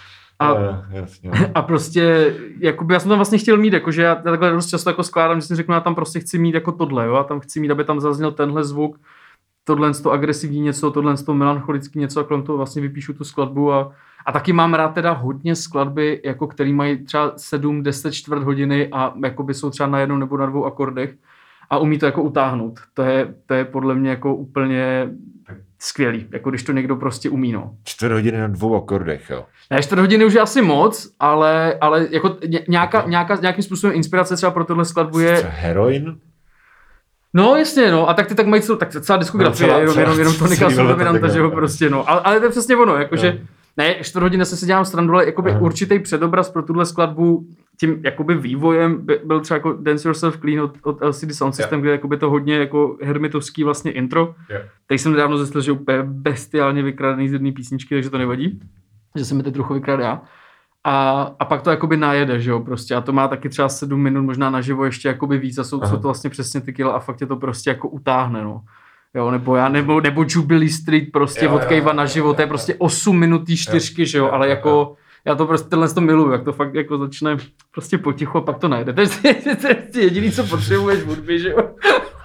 A prostě, jakoby já jsem tam vlastně chtěl mít, jakože já takhle dost často jako skládám, že si řeknu, já tam prostě chci mít jako tohle, jo, a tam chci mít, aby tam zazněl tenhle zvuk, tohle to agresivní něco, tohle to melancholický něco a kolem toho vlastně vypíšu tu skladbu a taky mám rád teda hodně skladby, jako který mají třeba 7, 10, čtvrt hodiny a jakoby jsou třeba na jednou nebo na 2 akordech a umí to jako utáhnout. To je podle mě jako úplně skvělý, jako když to někdo prostě umí, no. 4 hodiny na 2 akordech, jo. Ne, 4 hodiny už je asi moc, ale jako nějakým způsobem inspirace třeba pro tohle skladbu je... Heroin? No jasně, no, a tak ty tak mají celá diskografie, jenom to Nika Dominanta, že jo, prostě, no, ale to je přesně ono, jakože, ne, 4 hodiny se dělám srandu, ale jakoby určitý předobraz pro tuhle skladbu tím jakoby vývojem byl třeba jako Dance Yourself Clean od LCD Sound System, kde jakoby to hodně jako hermitovský vlastně intro, teď jsem nedávno zjistil, že úplně bestiálně vykradený z jedné písničky, takže to nevadí, že se mi teď trochu vykrade já. A pak to jakoby najede, že jo, prostě. A to má taky třeba 7 minut, možná naživo ještě jakoby víc a jsou to vlastně přesně ty kila a fakt je to prostě jako utáhne, no. Jo, nebo Jubilee Street prostě od Kejva naživo, to je prostě 8 minut 4, že jo, ale jako já to prostě tenhle to miluju, jak to fakt jako začne prostě potichu a pak to najde. To je jediný, co potřebuješ v hudbě, že jo.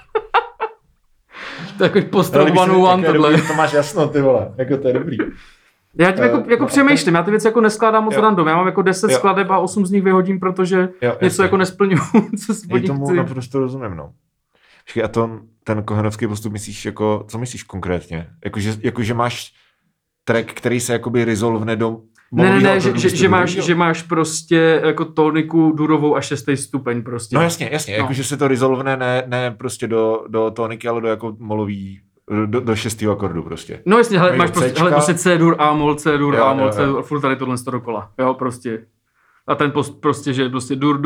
To je jako post-rock 101 tohle. To máš jasno, ty vole, jako to je dobrý. Já tím jako přemýšlím, já ty věci jako neskládám moc random, já mám jako 10 skladeb a 8 z nich vyhodím, protože něco jako nesplňuju, co si po nich tomu chci. naprosto rozumím, no. Počkej, a ten kohenovský postup myslíš jako, co myslíš konkrétně? Jakože máš track, který se jakoby resolvne do... Ne, že máš prostě jako tóniku durovou a 6. stupeň prostě. No jasně, no. Jakože se to resolvne ne prostě do tóniky, ale do jako molový... Do 6. akordu prostě. No jasně, máš prostě C-dur, A-mol, C-dur, A-mol, C-dur, furt tady tohle dokola. Jo, prostě. A ten post prostě, že prostě dur,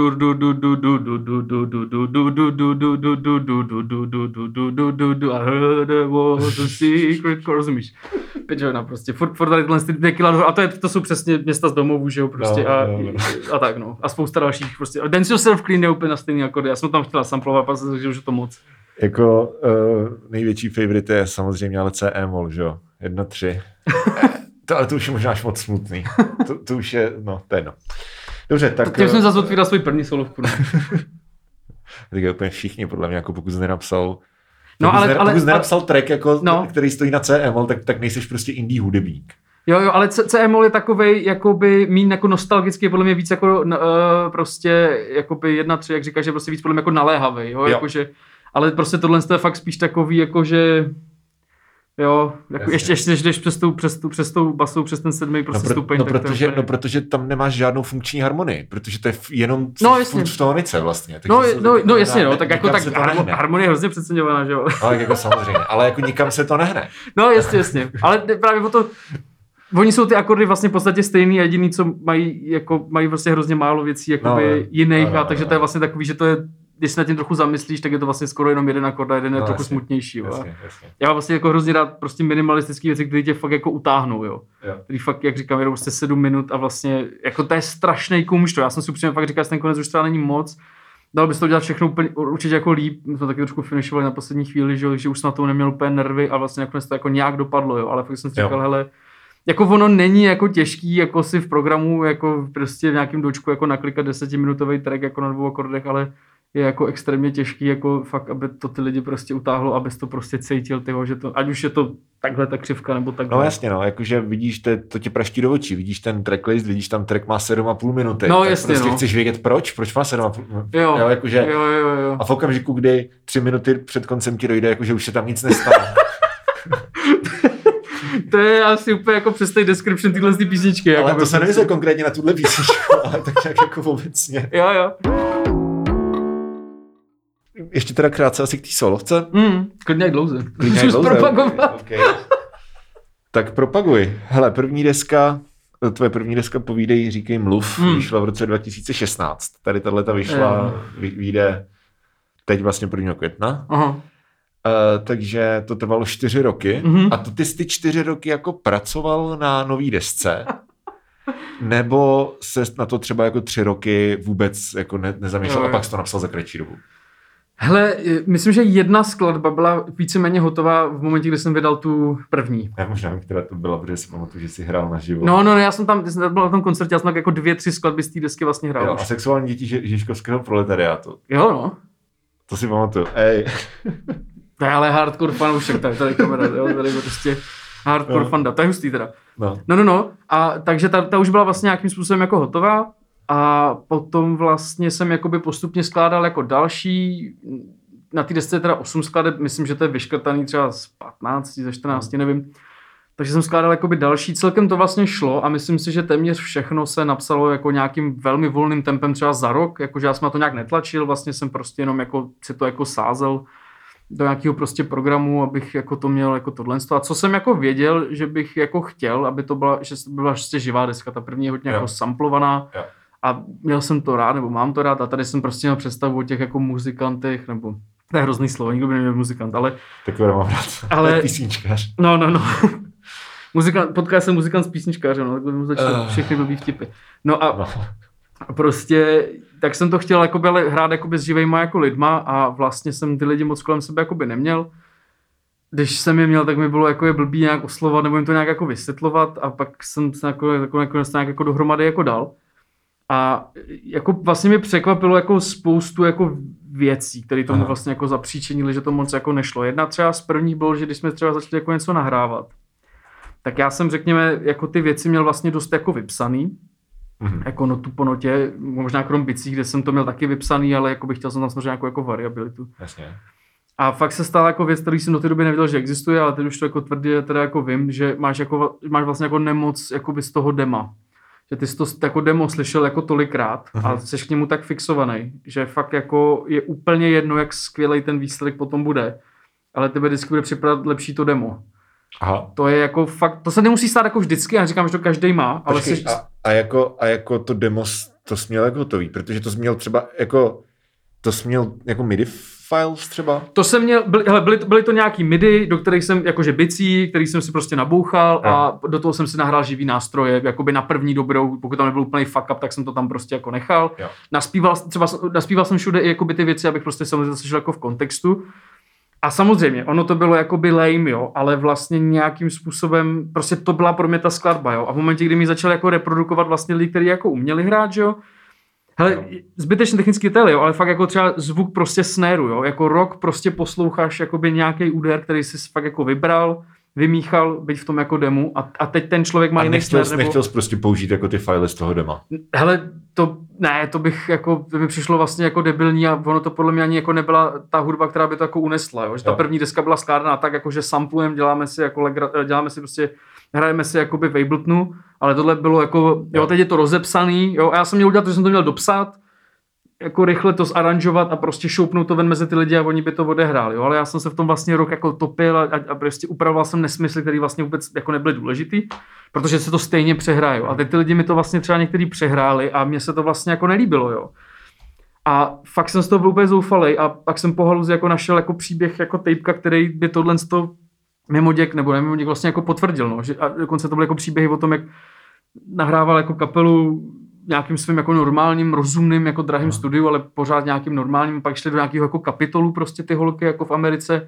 a the secret chord, rozumíš? Pečovina prostě, furt tady tohle dekila, a to jsou přesně Města z domovu, že jo, prostě a tak no. A spousta dalších prostě. Dance Yourself Clean je úplně na stejný akordy, já jsem tam chtěla samplovat, a jsem řekl, že to moc. Jako největší favorite je samozřejmě ale C-E-mol, že jo? 1-3. Ale to už je možná až moc smutný. To už je, no, to je jedno. Dobře, tak... Tím jsem zase otvíral svůj první solovku. Tak je úplně všichni, podle mě, jako pokud jsi nenapsal... Pokud jsi nenapsal track, jako, který stojí na C-E-mol, tak nejseš prostě indie hudebník. Jo, ale CMOL je takovej, jakoby míň jako nostalgický, podle mě víc jako prostě, jakoby 1.3, jak říkáš, že prostě víc podle mě jako naléhavej, jo. Jakože, ale prostě tohle je fakt spíš takový, jakože, jo, jako ještě jdeš přes tou basou, přes ten 7. prostě stupeň. Protože tam nemáš žádnou funkční harmonii, protože to je jenom v tónice vlastně. Jasně, tak jako tak harmonie je hrozně přeceňovaná, že jo. No, jako samozřejmě, ale jako nikam se to nehne. No, jasně, ale právě o to, oni jsou ty akordy vlastně v podstatě stejný a jediný, co mají vlastně hrozně málo věcí jakoby jiných, takže to je vlastně takový, že to je, když se nad tím trochu zamyslíš, tak je to vlastně skoro jenom jeden akord a jeden je trochu smutnější. Jasně. Já mám vlastně jako hrozně rád prostě minimalistické věci, které tě fakt jako utáhnou, jo. Který fakt, jak říkám, jedou prostě 7 minut a vlastně, jako to je strašný kumštro. Já jsem si upřímně fakt říkal, že ten konec už třeba není moc. Dal bys to dělat všechno úplně, určitě jako líp. My jsme taky trošku finišovali na poslední chvíli, že už jsem na to neměl úplně nervy a vlastně nakonec to jako nějak dopadlo, jo. Ale fakt jsem si říkal, hele, jako ono není jako těžký, jako si v programu, jako prostě v nějakém dočku jako naklikat 10minutový track jako na 2 akordech, ale je jako extrémně těžký, jako fakt, aby to ty lidi prostě utáhlo, abys to prostě cítil, tyho, že to, ať už je to takhle ta křivka, nebo takhle. No jasně, jakože vidíš, to tě praští do očí, vidíš ten tracklist, vidíš tam track má 7,5 minuty, no, tak jasně, prostě chceš vědět proč má 7,5 minuty. Jo, jakože, jo. A v okamžiku, kdy 3 minuty před koncem ti dojde, jakože už se tam nic nestane. To je asi úplně jako přes tej description tyhle písničky. Ale to se nemyslel konkrétně na tuhle písničku, ale tak nějak jako obecně. Jo. Ještě teda krátce asi k té solovce. Klidně jak dlouze. Okay. Tak propaguj. Hele, tvoje první deska Povídej, říkej, mluv, vyšla v roce 2016. Tady tato vyšla, vyjde teď vlastně 1. května. Aha. Takže to trvalo 4 roky. A to ty 4 roky jako pracoval na nový desce? Nebo se na to třeba jako 3 roky vůbec jako nezamýšlel a pak jsi to napsal za kratší dobu? Hele, myslím, že jedna skladba byla víceméně hotová v momentě, kdy jsem vydal tu první. Já možná vím, která to byla, protože si pamatuju, že jsi hrál naživo. No, já jsem tam byl na tom koncertě, já jsem tak jako 2-3 skladby z té desky vlastně hrál. Jo, a Sexuální děti Žižkovského proletariátu. Jo, no. To si pamatuju. Ej. To je ale hardcore fanoušek, tady kamera, jo, tady prostě hardcore fanda, to je hustý teda. No. A takže ta už byla vlastně nějakým způsobem jako hotová. A potom vlastně jsem jakoby postupně skládal jako další, na té desce je teda 8 skladeb, myslím, že to je vyškrtaný třeba z 15, ze 14, nevím. Takže jsem skládal jakoby další, celkem to vlastně šlo a myslím si, že téměř všechno se napsalo jako nějakým velmi volným tempem třeba za rok, jakože já jsem na to nějak netlačil, vlastně jsem prostě jenom jako si to jako sázel do nějakého prostě programu, abych jako to měl jako tohle. A co jsem jako věděl, že bych jako chtěl, aby to byla, že to byla prostě živá deska, ta první je hodně jako samplovaná. A měl jsem to rád, nebo mám to rád a tady jsem prostě měl představu o těch jako muzikantech, nebo to je hrozný slovo, nikdo by neměl muzikant, ale... Takové mám rád, ale... to je písničkář. No. Potkal jsem muzikant s písničkářem, no, takhle mu začal všechny blbý vtipy. No a prostě, tak jsem to chtěl jakoby, ale hrát jakoby s živejma jako lidma a vlastně jsem ty lidi moc kolem sebe jakoby neměl. Když jsem je měl, tak mi bylo jako je blbý nějak oslovat, nebo jim to nějak jako vysvětlovat a pak jsem se nakonec nějak jako dohromady jako dal. A jako vlastně mě překvapilo jako spoustu jako věcí, které tomu vlastně jako zapříčinily, že to moc jako nešlo. Jedna třeba z prvních bylo, že když jsme třeba začali jako něco nahrávat, tak já jsem, řekněme, jako ty věci měl vlastně dost jako vypsaný, jako notu po notě, možná krom bicí, kde jsem to měl taky vypsaný, ale jako bych chtěl jsem tam samozřejmě jako variabilitu. Jasně. A fakt se stala jako věc, kterou jsem do té doby nevěděl, že existuje, ale teď už to jako tvrdě teda jako vím, že máš vlastně jako nemoc jakoby z toho dema. Že ty jsi to jako demo slyšel jako tolikrát a jsi k němu tak fixovaný, že fakt jako je úplně jedno, jak skvělej ten výsledek potom bude, ale tebe vždycky bude připadat lepší to demo. Aha. To je jako fakt, to se nemusí stát jako vždycky, já říkám, že to každý má, ale počkej, a jako to demo to jsi měl jako hotový, protože to jsi měl třeba jako, to jsi měl jako MIDI files třeba? To jsem měl, byly to nějaký MIDI, do kterých jsem, jakože bicí, který jsem si prostě nabouchal a do toho jsem si nahrál živý nástroje, jakoby na první dobrou, pokud tam nebyl úplný fuck up, tak jsem to tam prostě jako nechal. Jo. Naspíval jsem všude i jakoby ty věci, abych prostě samozřejmě slyšel jako v kontextu. A samozřejmě, ono to bylo jakoby lame, jo, ale vlastně nějakým způsobem, prostě to byla pro mě ta skladba, jo. A v momentě, kdy mi začal jako reprodukovat vlastně lidi, kteří jako uměli hrát, jo. Hele, zbytečný technický detail, jo, ale fakt jako třeba zvuk prostě snare, jo, jako rock prostě posloucháš jakoby nějaký úder, který jsi fakt jako vybral, vymíchal, být v tom jako demu a teď ten člověk má jiný směr. Nechtěl jsi prostě použít jako ty file z toho dema. Hele, to bych jako, by mi přišlo vlastně jako debilní a ono to podle mě ani jako nebyla ta hudba, která by to jako unesla, jo? Že ta první deska byla skládaná tak, jako že samplujeme, děláme si prostě, hrajeme si jakoby v Abletonu, ale tohle bylo jako, jo, teď je to rozepsaný, jo, a já jsem měl udělat to, že jsem to měl dopsat, jako rychle to zaranžovat a prostě šoupnout to ven mezi ty lidi a oni by to odehráli, jo, ale já jsem se v tom vlastně rok jako topil a prostě upravoval jsem nesmysly, který vlastně vůbec jako nebyly důležitý, protože se to stejně přehraje, a teď ty lidi mi to vlastně třeba někteří přehráli a mně se to vlastně jako nelíbilo, jo. A fakt jsem z toho byl úplně zoufalej a pak jsem po haluzi jako našel jako příběh jako tapeka, který by tohle z toho Mimoděk nebo Mimoděk vlastně jako potvrdil, no, že a dokonce to byly jako příběhy o tom, jak nahrával jako kapelu nějakým svým jako normálním, rozumným, jako drahým studiu, ale pořád nějakým normálním, pak šli do nějakého jako kapitolu prostě ty holky jako v Americe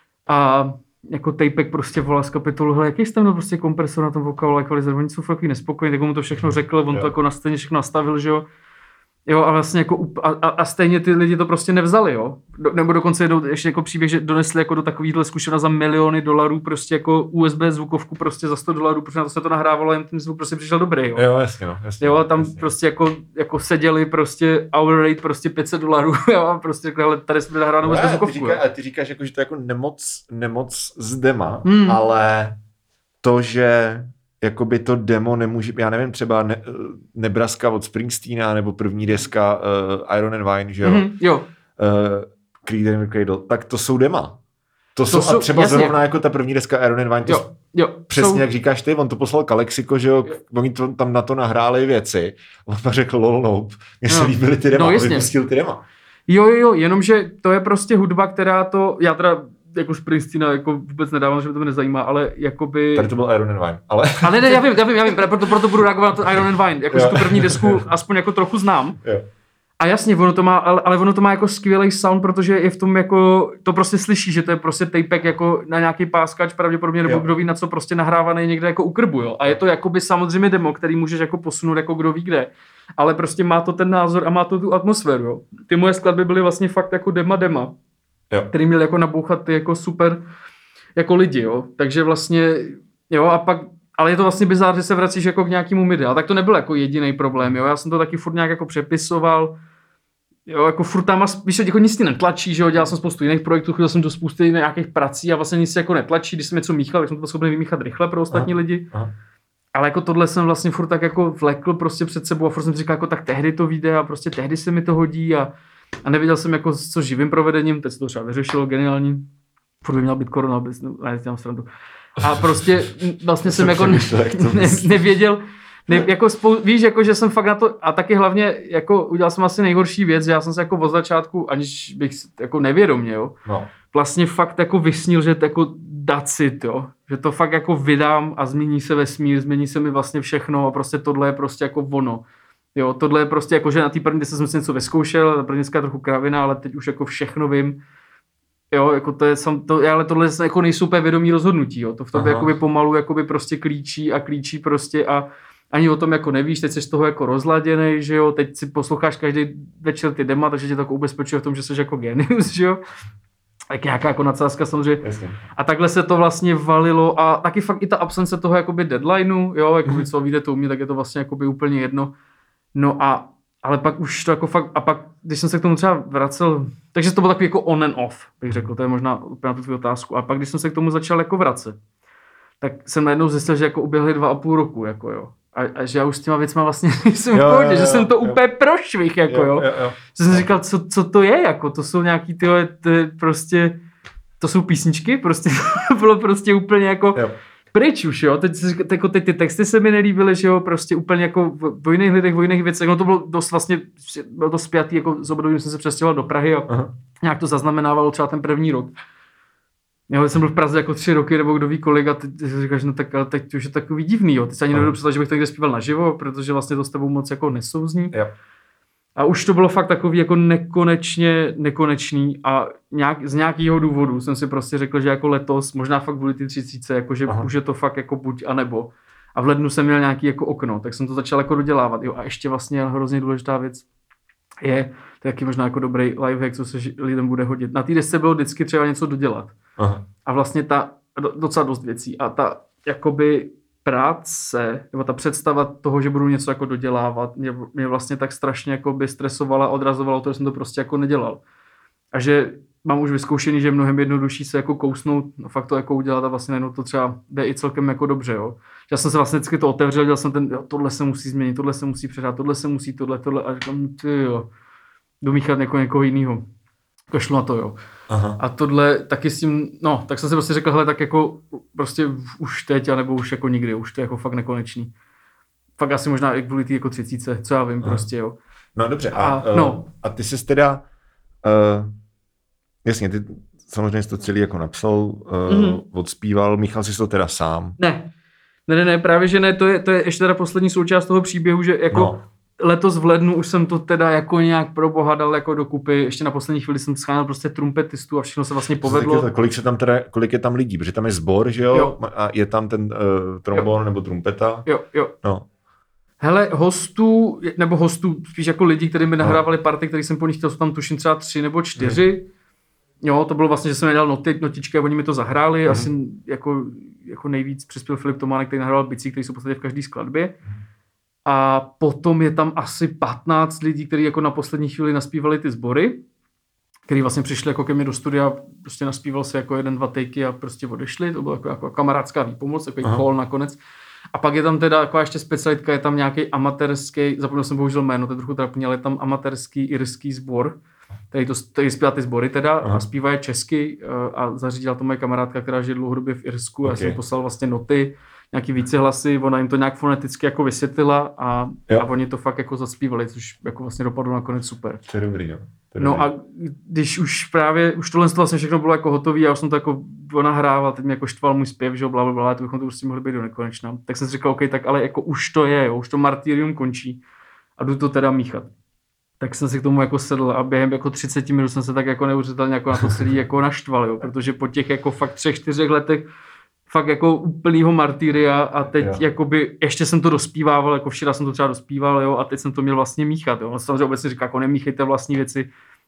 a jako tapek prostě volal z kapitolu, hele, jaký jste měl prostě kompresor na tom vokálu, ekvalizer, oni jsou takový nespokojení, tak mu to všechno řekl, on to jako na stejně všechno nastavil, že jo. Jo, a vlastně jako a stejně ty lidi to prostě nevzali, jo. Nebo dokonce ještě jako příběh, že donesli jako do takovýhle zkušenost za miliony dolarů prostě jako USB zvukovku prostě za $100, protože na to se to nahrávalo, jen ten zvuk prostě přišel dobrý, jo. Jo, jasně, no, jasně. Jo, a tam jasně. Prostě jako seděli prostě hour rate prostě $500, jo, a prostě řekli, ale tady jsme nahráno USB zvukovku. A ty říkáš jako, že to jako nemoc z dema, ale to, že jakoby to demo nemůže, já nevím, třeba Nebraska od Springsteena nebo první deska Iron and Wine, že jo? Jo. Creed and Cradle, tak to jsou dema. To jsou a třeba jasně. Zrovna jako ta první deska Iron and Wine, jo. Přesně jak říkáš ty, on to poslal Kalexico, že jo, oni tam na to nahráli věci, on pak řekl lol nope, mně se líbily ty dema, vypustil ty dema. Jo, jenomže to je prostě hudba, která to, já teda jako Springsteena jako vůbec nedávám, že mě to nezajímá, ale jakoby... Tady to byl Iron and Wine, ale... Ale ne, já vím, proto budu reagovat na ten Iron and Wine, jakože tu první desku aspoň jako trochu znám. Jo. A jasně, ono to má, ale ono to má jako skvělý sound, protože je v tom jako, to prostě slyší, že to je prostě tapek jako na nějaký páskač pravděpodobně, nebo kdo ví na co prostě nahrávaný někde jako u krbu, jo. A je to jakoby samozřejmě demo, který můžeš jako posunout jako kdo ví kde, ale prostě má to ten názor a má to tu atmosféru, jo. Ty moje skladby byly vlastně fakt jako dema. Jo. Který měl jako nabouchat ty jako super jako lidi, jo. Takže vlastně, jo, a pak, ale je to vlastně bizár, že se vracíš jako k nějakému MIDI, ale tak to nebyl jako jediný problém, jo. Já jsem to taky furt nějak jako přepisoval, jo, jako furt tam, víš, jako nic ti netlačí, že jo, dělal jsem spoustu jiných projektů, chodil jsem do spousty nějakých prací a vlastně nic jako netlačí, když jsem něco míchal, tak jsem to schopný vymíchat rychle pro ostatní lidi. Aha. Ale jako tohle jsem vlastně furt tak jako vlekl prostě před sebou a furt jsem si říkal, jako tak tehdy to vyjde a prostě tehdy se mi to hodí a nevěděl jsem jako co živým provedením, teď se to třeba vyřešilo, geniální. Furt by měla být korona, ne, dělám srandu. A prostě vlastně jsem jako nevěděl, jako víš, jako že jsem fakt na to, a taky hlavně jako udělal jsem asi nejhorší věc, že já jsem se jako od začátku, aniž bych jako nevědomě, jo, vlastně fakt jako vysnil, že to jako dacit, jo, že to fakt jako vydám a změní se vesmír, změní se mi vlastně všechno a prostě tohle je prostě jako ono. Jo, tohle je prostě jako, že na té první desce jsem si něco vyzkoušel, ta první deska je trochu kravina, ale teď už jako všechno vím. Jo, jako to je ale tohle jako nejsou úplně vědomí rozhodnutí, jo. To v tobě jakoby pomalu jakoby prostě klíčí prostě a ani o tom jako nevíš, teď jsi z toho jako rozladěnej, že jo, teď si posloucháš každý večer ty dema, takže tě to jako ubezpečuje v tom, že jsi jako genius, že jo. Tak nějaká jako nadsázka samozřejmě. Jasně. A takhle se to vlastně valilo a taky fakt i ta absence toho jakoby deadlineu, jo, jakoby co víte to u mě, tak je to vlastně jakoby úplně jedno. No ale pak už to jako fakt, a pak, když jsem se k tomu třeba vracel, takže to bylo takový jako on and off, bych řekl, to je možná úplně na tu tvou otázku, a pak když jsem se k tomu začal jako vracet, tak jsem najednou zjistil, že jako uběhly 2,5 roku, jako jo. A že já už s těma věcma vlastně nejsem v pohodě, že jsem to úplně prošvih, jako jo. Že jsem říkal, co to je, jako, to jsou nějaký tyhle, prostě, to jsou písničky, prostě to bylo prostě úplně jako pryč už, jo. Teď ty texty se mi nelíbily, že jo, prostě úplně jako v jiných lidech, v jiných věcech, no to bylo dost vlastně, bylo to spjatý, jako z období, jsem se přestěhoval do Prahy a nějak to zaznamenávalo třeba ten první rok. Jo, jsem byl v Praze jako 3 roky, nebo kdo ví kolik, a teď si říkáš, no tak, ale teď už je takový divný, jo. Teď se ani nebudu představit, že bych to někde zpíval naživo, protože vlastně to s tebou moc jako nesouzní. Jo. A už to bylo fakt takový jako nekonečný a z nějakého důvodu jsem si prostě řekl, že jako letos, možná fakt kvůli ty 30, jako že už je to fakt jako buď a nebo. A v lednu jsem měl nějaký jako okno, tak jsem to začal jako dodělávat. Jo, a ještě vlastně hrozně důležitá věc je, to je taky možná jako dobrý lifehack, co se lidem bude hodit. Na té desce bylo vždycky třeba něco dodělat. Aha. A vlastně ta docela dost věcí. A ta jakoby práce, nebo ta představa toho, že budu něco jako dodělávat, mě vlastně tak strašně jakoby stresovala, odrazovala to, že jsem to prostě jako nedělal. A že mám už vyzkoušený, že je mnohem jednodušší se jako kousnout, no fakt to jako udělat a vlastně najednou to třeba jde i celkem jako dobře, jo. Já jsem se vlastně vždycky to otevřel, dělal jsem jo, tohle se musí změnit, tohle se musí předat, tohle se musí, tohle a říkám, ty jo, jdu míchat někoho jiného. Kašlu na to, jo. Aha. A tohle taky s tím, no, tak jsem si prostě řekl, hele, tak jako prostě už teď, anebo už jako nikdy, už to je jako fakt nekonečný. Fakt asi možná i kvůli té jako 30, co já vím, prostě, jo. No dobře, a ty jsi teda, jasně, ty samozřejmě jsi to celý jako napsal, odspíval, míchal jsi to teda sám. Ne, právě že ne, to je ještě teda poslední součást toho příběhu, že jako letos v lednu už jsem to teda jako nějak proboha dal jako dokupy, ještě na poslední chvíli jsem scháněl prostě trumpetistů a všechno se vlastně povedlo. Kolik je tam lidí, protože tam je sbor, že jo? A je tam ten trombon nebo trumpeta. Jo. No. Hele, hostů, spíš jako lidí, kteří mi nahrávali party, který jsem po nich chtěl, jsou tam tuším třeba 3 nebo 4. Jo, to bylo vlastně, že jsem nedal notičky a oni mi to zahráli. Asi jako nejvíc přispěl Filip Tománek, který nahrával bicí, který jsou v podstatě v každé skladbě. A potom je tam asi 15 lidí, kteří jako na poslední chvíli naspívali ty sbory, který vlastně přišli jako ke mně do studia, prostě naspíval se jako 1-2 takey a prostě odešli. To byla jako kamarádská výpomoc, takový call nakonec. A pak je tam teda taková ještě specialitka, je tam nějaký amatérský, zapomněl jsem bohužel jméno, to je trochu trapný, ale je tam amatérský irský sbor, který zpívá ty sbory teda a zpívá je česky a zařídila to moje kamarádka, která žije dlouhodobě v Irsku a já jsem poslal vlastně noty, nějaký vícehlasy, ona jim to nějak foneticky jako vysvětlila a oni to fakt jako zaspívali, což jako vlastně dopadlo nakonec super. To je dobrý, jo. No a když už tohle vlastně všechno bylo jako hotový, já už jsem to jako nahrával, teď mě jako štval můj zpěv, že blablabla, to bychom to prostě mohli být do nekonečna. Tak jsem si říkal, OK, tak ale jako už to je, jo, už to martyrium končí a jdu to teda míchat. Tak jsem si k tomu jako sedl a během jako 30 minut jsem se tak jako neuvěřitelně jako na to celý jako naštval, jo, protože po těch jako fakt 3-4 letech fakt jako úplnýho martyria a teď jakoby ještě jsem to dospívával, jako včera jsem to třeba dospíval, jo, a teď jsem to měl vlastně míchat, jo. On samozřejmě obecně říká, jako nemíchejte vlastní věci,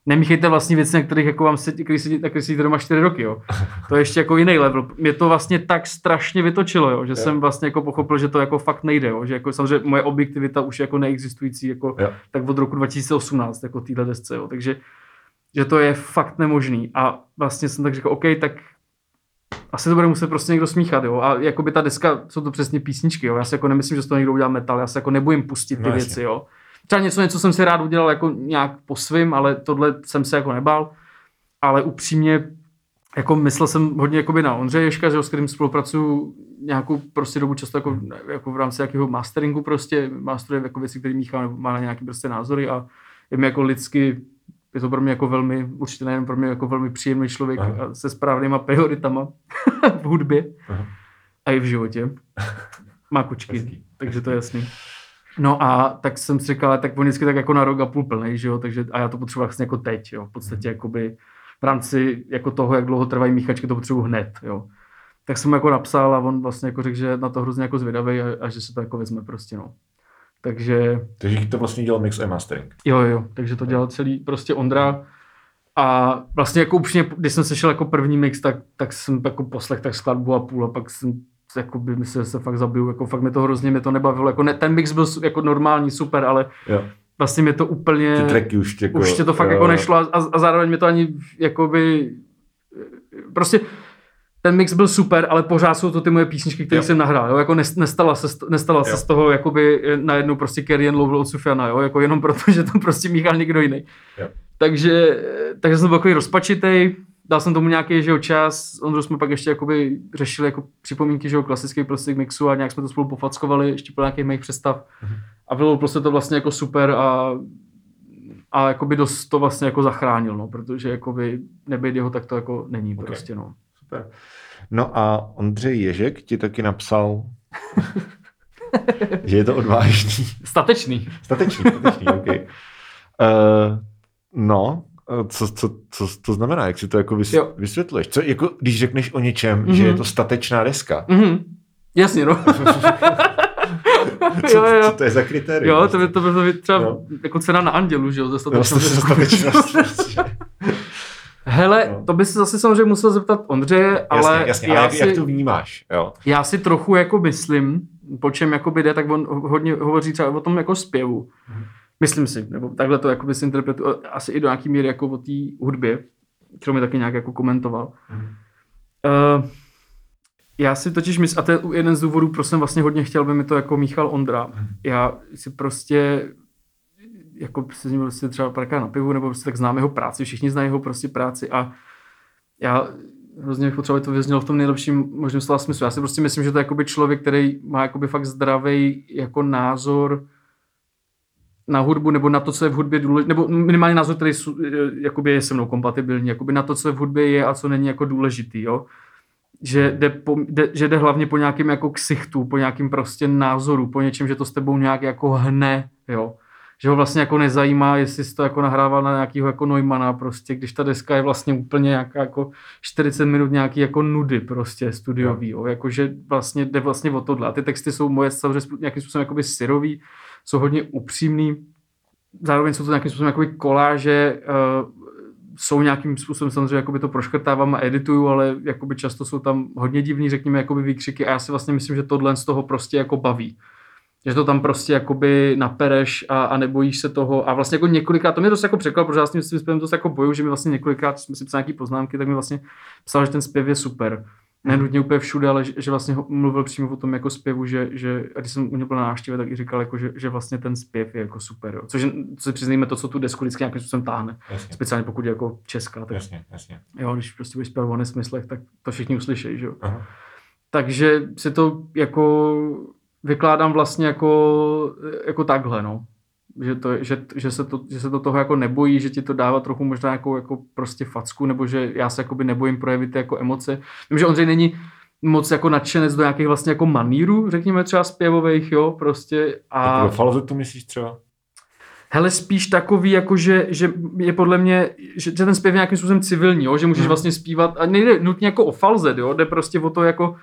na kterých jako vám který sedíte doma 4 roky, jo. To je ještě jako jiný level. Mě to vlastně tak strašně vytočilo, jo, že jsem vlastně jako pochopil, že to jako fakt nejde, jo, že jako samozřejmě moje objektivita už jako neexistující, jako tak od roku 2018, jako téhle desce, jo. Takže že to je fakt nemožný a vlastně jsem tak řekl, OK, tak asi to bude muset prostě někdo smíchat, jo. A jakoby ta deska, jsou to přesně písničky, jo. Já si jako nemyslím, že z toho někdo udělá metal, já se jako nebojím pustit ty věci, jo. Třeba něco jsem si rád udělal jako nějak po svým, ale tohle jsem se jako nebál. Ale upřímně, jako myslel jsem hodně jakoby na Ondřeje Ježka, s kterým spolupracuju nějakou prostě dobu často jako v rámci nějakého masteringu prostě, masteruje jako věci, které míchá nebo má na nějaký prostě názory a je mi jako lidsky, je to pro mě jako velmi, určitě nejen pro mě jako velmi příjemný člověk a se správnýma prioritama v hudbě a i v životě. Má kočky, takže to je jasný. No a tak jsem si říkal, tak on vždycky tak jako na rok a půl plnej, že jo, takže a já to potřebuji vlastně jako teď, jo, v podstatě jakoby v rámci jako toho, jak dlouho trvají míchačky, to potřebuji hned, jo. Tak jsem jako napsal a on vlastně jako řekl, že na to hrozně jako zvědavý a že se to jako vezme prostě, no. Takže to vlastně dělal mix a mastering. Jo, takže to dělal celý prostě Ondra a vlastně jako upřímně, když jsem sešel jako první mix, tak jsem jako poslech tak skladbu a půl a pak jsem jako by se fakt zabiju, jako fakt mě to nebavilo, jako ne, ten mix byl jako normální, super, ale vlastně mě to úplně, ty tracky už tě to fakt jako nešlo a zároveň mě to ani jakoby, prostě ten mix byl super, ale pořád jsou to ty moje písničky, které jsem nahrál, jo, jako nestala se z toho jakoby najednou prostě Carry and Love od Sufiana, jo, jako jenom proto, že to prostě míchal někdo jiný. Takže jsem byl takový rozpačitej. Dal jsem tomu nějaký, že jo, čas, Ondru jsme pak ještě jakoby řešili jako připomínky, že jo, klasický prostě k mixu a nějak jsme to spolu pofackovali ještě po nějakých mých představ a bylo prostě to vlastně jako super a jakoby dost to vlastně jako zachránil, no, protože jakoby nebejt jeho, tak to jako není prostě, no. Super. No a Ondřej Ježek ti taky napsal, že je to odvážný. Statečný, OK. No, co to znamená? Jak si to jako vysvětluješ? Co, jako, když řekneš o něčem, že je to statečná deska? Jasně, no. Co to je za kritérium? Jo, to by třeba jako cena na Andělu, že jo, za statečnost. Hele, to by se zase samozřejmě musel zeptat Ondřeje, ale jasně, ale jak to vnímáš, jo? Já si trochu jako myslím, po čem jakoby jde, tak on hodně hovoří třeba o tom jako zpěvu. Myslím si, nebo takhle to jakoby si interpretuji, asi i do nějaký míry jako o té hudbě, kterou mi taky nějak jako komentoval. Já si totiž myslím, a to je jeden z důvodů, proč jsem vlastně hodně chtěl, by mi to jako míchal Ondra. Já si prostě jako se s ním prostě třeba párkrát na pivu, nebo prostě tak znám jeho práci, všichni znají jeho prostě práci a já hrozně bych potřeboval, to vyznělo v tom nejlepším možném slova smyslu. Já si prostě myslím, že to je jakoby člověk, který má jakoby fakt zdravý jako názor na hudbu, nebo na to, co je v hudbě důležité, nebo minimálně názor, který jakoby je se mnou kompatibilní, jakoby na to, co v hudbě je a co není jako důležitý, jo. Že jde hlavně po nějakým jako ksichtu, po nějakým prostě názoru, po něčem, že to s tebou nějak jako hne, jo. Že ho vlastně jako nezajímá, jestli jsi to jako nahrával na nějakýho jako Neumana prostě, když ta deska je vlastně úplně nějaká jako 40 minut nějaký jako nudy prostě studiový, jo. Jakože vlastně jde vlastně o tohle. A ty texty jsou moje samozřejmě nějakým způsobem jakoby syrový, jsou hodně upřímný, zároveň jsou to nějakým způsobem jakoby koláže, jsou nějakým způsobem samozřejmě jakoby to proškrtávám a edituju, ale jakoby často jsou tam hodně divný, řekněme, jakoby výkřiky a já si vlastně myslím, že tohle z toho prostě jako baví. Že to tam prostě jakoby napereš a nebojíš se toho a vlastně jako několikrát, to mě dost jako překvapilo, protože já s tím zpěvem dost jako bojuju, že mi vlastně několikrát, jsme si psali nějaký poznámky, tak mi vlastně psal, že ten zpěv je super. Nenutně úplně všude, ale že vlastně mluvil přímo o tom jako zpěvu, že a když jsem u něj byl na návštěvě, tak i říkal, jako, že vlastně ten zpěv je jako super. Jo. Což si přiznejme to, co tu desku vždycky nějakým způsobem táhne. Jasně. Speciálně pokud je jako česká. Tak, jasně. Jo, když prostě budeš zpěvat o nesmyslech, tak to všichni uslyšejí, že jo. Takže si to jako vykládám vlastně jako takhle, no. Že se to toho jako nebojí, že ti to dává trochu možná jako prostě facku, nebo že já se jakoby nebojím projevit ty jako emoce. Vím, že Ondřej není moc jako nadšenec do nějakých vlastně jako manírů, řekněme třeba zpěvových, jo, prostě. A tak do falzetu myslíš třeba? Hele, spíš takový, jako že je podle mě, že ten zpěv je nějakým způsobem civilní, jo, že můžeš vlastně zpívat, a nejde nutně jako o falzet, jo, jde prostě o to jako,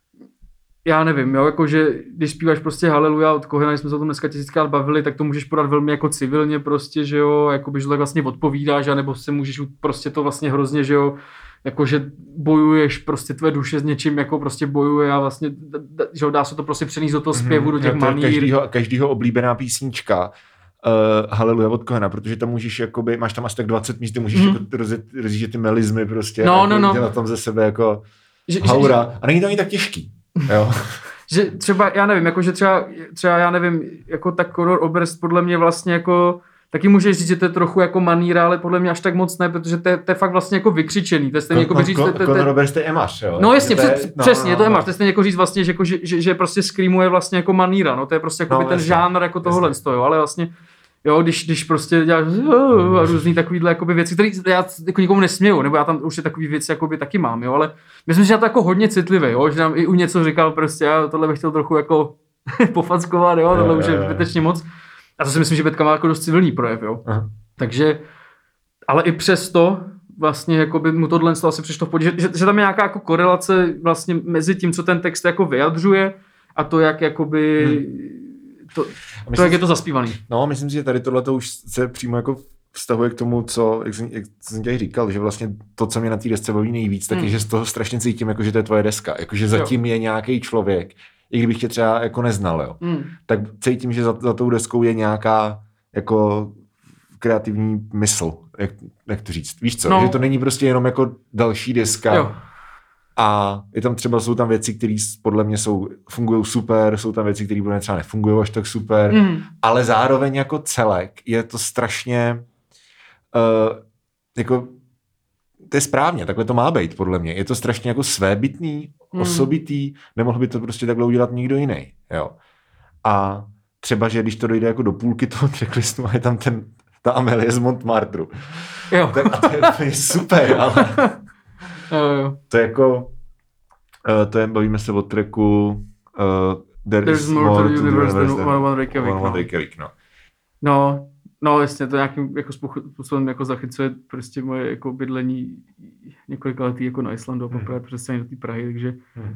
já nevím, jo, jakože když zpíváš prostě Haleluja od Kohena, jsme se o tom dneska tisíckrát bavili, tak to můžeš podat velmi jako civilně prostě, že jo, jakoby, že to tak vlastně odpovídáš, anebo se můžeš prostě to vlastně hrozně, že jo, jakože bojuješ prostě tvé duše s něčím, jako prostě bojuje a vlastně, že jo, dá se to prostě přenést do toho zpěvu, do těch manír. Každýho oblíbená písnička, Haleluja od Kohena, protože tam můžeš jakoby, máš tam asi tak 20 míst, můžeš jako rozjíždět ty melizmy prostě, dělat tam ze sebe jako haura a není to ani tak těžký. Jo. Že třeba, já nevím, jako že třeba já nevím, jako tak Conor Oberst podle mě vlastně jako, taky můžeš říct, že to je trochu jako maníra, ale podle mě až tak moc ne, protože to je fakt vlastně jako vykřičený, to je stejně jako by říct... Conor Oberst je emař, jo. No jasně, přesně, to je emař, to je stejně jako říct vlastně, že prostě screamuje vlastně jako maníra, no to je prostě jako ten žánr jako tohohle jo, ale vlastně jo, když prostě děláš a různý takovýhle jakoby věci, které já jako nikomu nesměju, nebo já tam už takový věci jakoby taky mám, jo, ale myslím, že já to jako hodně citlivý, jo, že nám i u něco říkal prostě, já tohle bych chtěl trochu jako pofackovat, jo, tohle už je zbytečně moc. A to si myslím, že Betka má jako dost civilní projev, jo. Aha. Takže, ale i přesto vlastně jakoby mu tohle asi přišlo v podě, že tam je nějaká jako korelace vlastně mezi tím, co ten text jako vyjadřuje a to, jak jakoby to, jak je to zaspívaný. No, myslím si, že tady tohleto už se přímo jako vztahuje k tomu, jak jsem tě říkal, že vlastně to, co mě na té desce baví nejvíc, tak je, že z toho strašně cítím, jako, že to je tvoje deska, jako, že zatím je nějaký člověk, i kdybych tě třeba jako neznal, jo, tak cítím, že za tou deskou je nějaká jako kreativní mysl, jak to říct. Víš co, že to není prostě jenom jako další deska, jo. A je tam třeba, jsou tam věci, které podle mě fungují super, jsou tam věci, které podle mě třeba nefungují až tak super, ale zároveň jako celek je to strašně jako to je správně, takhle to má být podle mě. Je to strašně jako svébytný, osobitý, nemohl by to prostě takhle udělat nikdo jiný. Jo. A třeba, že když to dojde jako do půlky toho tracklistu a je tam ta Amélie z Montmartru. Jo. To je super, ale jo. To je jako bavíme se o tracku There's more to the universe than one Reykjavik, no. No, jasně, to nějakým jako způsobem jako zachycuje prostě moje jako bydlení několika letý jako na Islandu a poprvé přesně do té Prahy, takže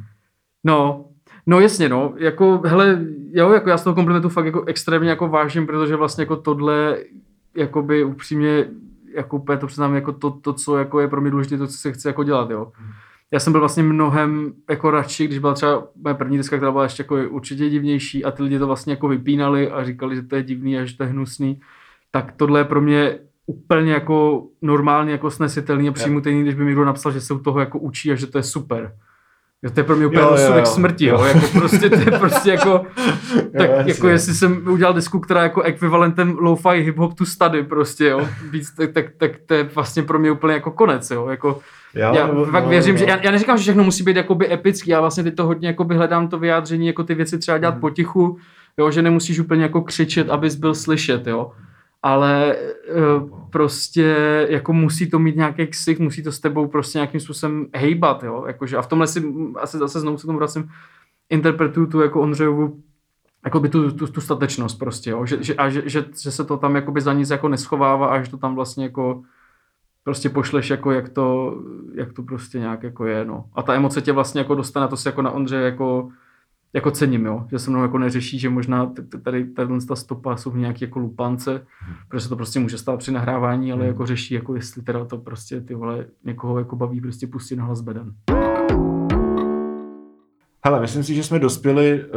no jasně, no, jako hele, jo, jako já z toho komplimentu fakt jako extrémně jako vážím, protože vlastně jako tohle jakoby upřímně jako úplně to přiznám jako to, co jako je pro mě důležité, to, co se chce jako dělat, jo. Já jsem byl vlastně mnohem jako radši, když byla třeba moje první deska, která byla ještě jako určitě divnější a ty lidi to vlastně jako vypínali a říkali, že to je divný a že to je hnusný, tak tohle je pro mě úplně jako normálně jako snesitelný a přijmutelný, když by mi někdo napsal, že se u toho jako učí a že to je super. To je pro mě úplně rozsudek smrti, jo. Jako prostě, to je prostě jako, tak jako jestli jsem udělal desku, která je jako ekvivalentem lo-fi hip-hop to study prostě, jo, tak to je vlastně pro mě úplně jako konec, jo, jako já fakt věřím, že já neříkám, že všechno musí být jakoby epický, já vlastně teď to hodně jakoby hledám to vyjádření, jako ty věci třeba dělat potichu, jo, že nemusíš úplně jako křičet, abys byl slyšet, jo. Ale prostě jako musí to mít nějaký ksich, musí to s tebou prostě nějakým způsobem hejbat, jo, jakože a v tomhle si asi zase znovu se tomu vracím, interpretuju tu jako Ondřejovu jakoby tu statečnost prostě, jo, že se to tam jakoby za nic jako neschovává a že to tam vlastně jako prostě pošleš jako jak to prostě nějak jako je, no. A ta emoce tě vlastně jako dostane, to si jako na Ondřeje jako cením, jo, že se mnou jako neřeší, že možná tady ta stopa jsou v nějaké jako lupance, protože se to prostě může stát při nahrávání, ale jako řeší, jako jestli teda to prostě ty vole někoho jako baví prostě pustit na hlas beden. Hele, myslím si, že jsme dospěli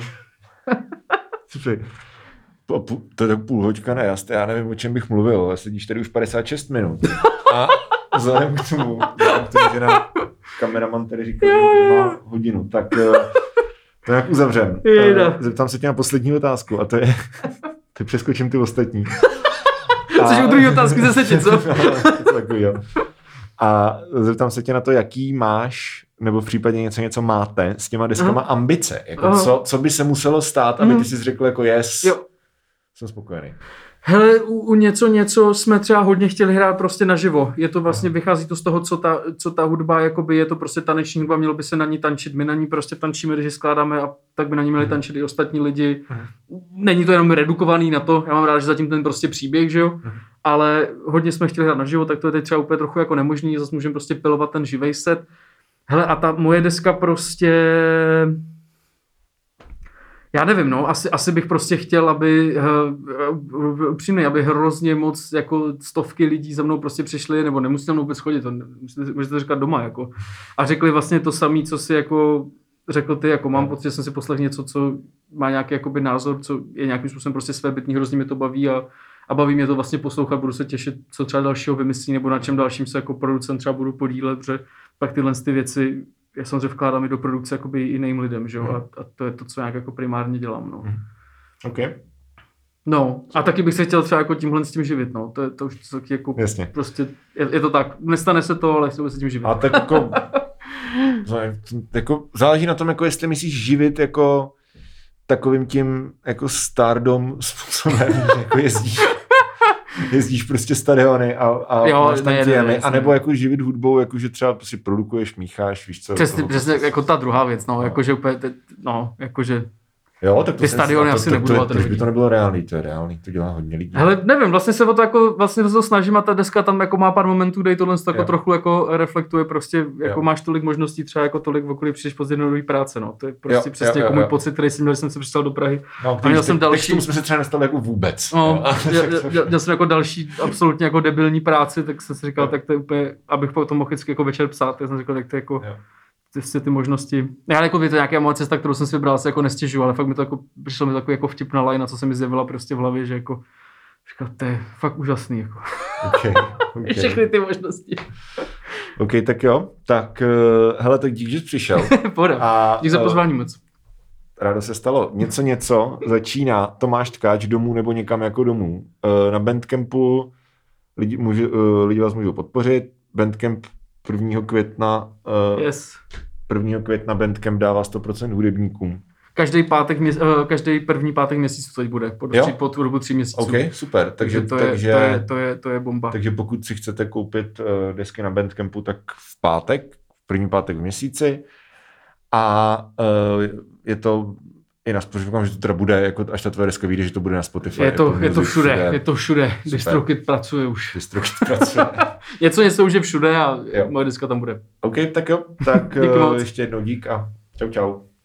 to je tak půl hoďka, ne, já nevím, o čem bych mluvil, ale sedíš tady už 56 minut a vzhledem k tomu, že nám kameraman tady říkal, že má hodinu, tak to jak uzavřem. Zeptám se tě na poslední otázku a to je přeskočím ty ostatní. Což u druhé otázky ze seti, co? Takový, jo. A zeptám se tě na to, jaký máš, nebo v případě něco máte s těma deskama ambice. Jako co by se muselo stát, aby ty jsi řekl jako yes, jo. Jsem spokojený. Hele, u něco jsme třeba hodně chtěli hrát prostě naživo. Je to vlastně, vychází to z toho, co ta hudba jakoby je to prostě taneční hudba, mělo by se na ní tančit. My na ní prostě tančíme, když ji skládáme a tak by na ní měli tančit i ostatní lidi. Není to jenom redukovaný na to, já mám rád, že zatím ten prostě příběh, že jo, ale hodně jsme chtěli hrát naživo, tak to je teď třeba úplně trochu jako nemožný, zase můžeme prostě pilovat ten živej set. Hele, a ta moje deska prostě... Já nevím, no, asi bych prostě chtěl, aby upřímně, aby hrozně moc jako stovky lidí za mnou prostě přišli, nebo nemusí za mnou vůbec chodit, můžete to říkat doma, jako. A řekli vlastně to samé, co si jako řekl ty, jako mám pocit, že jsem si poslechl něco, co má nějaký jakoby názor, co je nějakým způsobem prostě svébytný, hrozně mě to baví a baví mě to vlastně poslouchat, budu se těšit, co třeba dalšího vymyslí, nebo na čem dalším se jako producent třeba budu podílet, protože pak tyhle ty věci já samozřejmě vkládám i do produkce jakoby jiným lidem, že jo, a to je to, co nějak jako primárně dělám, no. OK. No, a taky bych se chtěl třeba jako tímhle s tím živit, no, to už taky jako jasně. Prostě, je to tak, nestane se to, ale chtěl bych se tím živit. A tak jako záleží na tom, jako jestli myslíš živit jako takovým tím jako stardom způsobem, jako jezdíš prostě stadiony a máš tam těmy, anebo jako živit hudbou, jakože třeba prostě produkuješ, mícháš, víš co. Přesně jako ta druhá věc, no, jakože úplně, jakože jo, tak ty stadiony asi nebudou. Když by to nebylo reálný, to je reálný, to dělá hodně lidí. Hele, nevím, vlastně se o to jako, vlastně to snažím a ta deska tam jako má pár momentů, kde tohle jako trochu jako reflektuje prostě, jako máš tolik možností, třeba jako tolik v okolí přijdeš pozdě do nový práce, no, to je prostě přesně jako můj pocit, který jsem měl, když jsem se přistal do Prahy. No, a měl jsem další. Tomu jsme se třeba nestali jako vůbec. No, měl jsem jako další absolutně jako debilní práci, tak jsem si říkal, tak to je úplně, abych potom mohl vždycky jako večer psát, tak jsem říkal, tak to je jako ty možnosti. Já jako to nějaká moje cesta, kterou jsem si vybral, se jako nestěžuju, ale fakt mi to jako přišlo mi takový jako vtipná line, co se mi zjevila prostě v hlavě, že jako říkal, to je fakt úžasný jako. Okay. Všechny ty možnosti. OK, tak jo. Tak hele, tak dík, že jsi přišel. Poda. Dík za pozvání moc. Rádo se stalo. Něco začíná Tomáš Tkáč domů nebo někam jako domů. Na Bandcampu lidi vás můžou podpořit. Bandcamp 1. května 1. května Bandcamp dává 100% hudebníkům. Každý první pátek měsíc to teď bude, po dobu 3 měsíců. OK, super. Takže to je bomba. Takže pokud si chcete koupit desky na Bandcampu, tak v pátek, první pátek v měsíci. A je to i na Spotify, že to teda bude, jako až ta tvoje deska vyjde, že to bude na Spotify. Je to všude. DistroKid pracuje už. DistroKid pracuje. něco už je všude a moje deska tam bude. OK, tak jo. Tak ještě jednou dík a čau.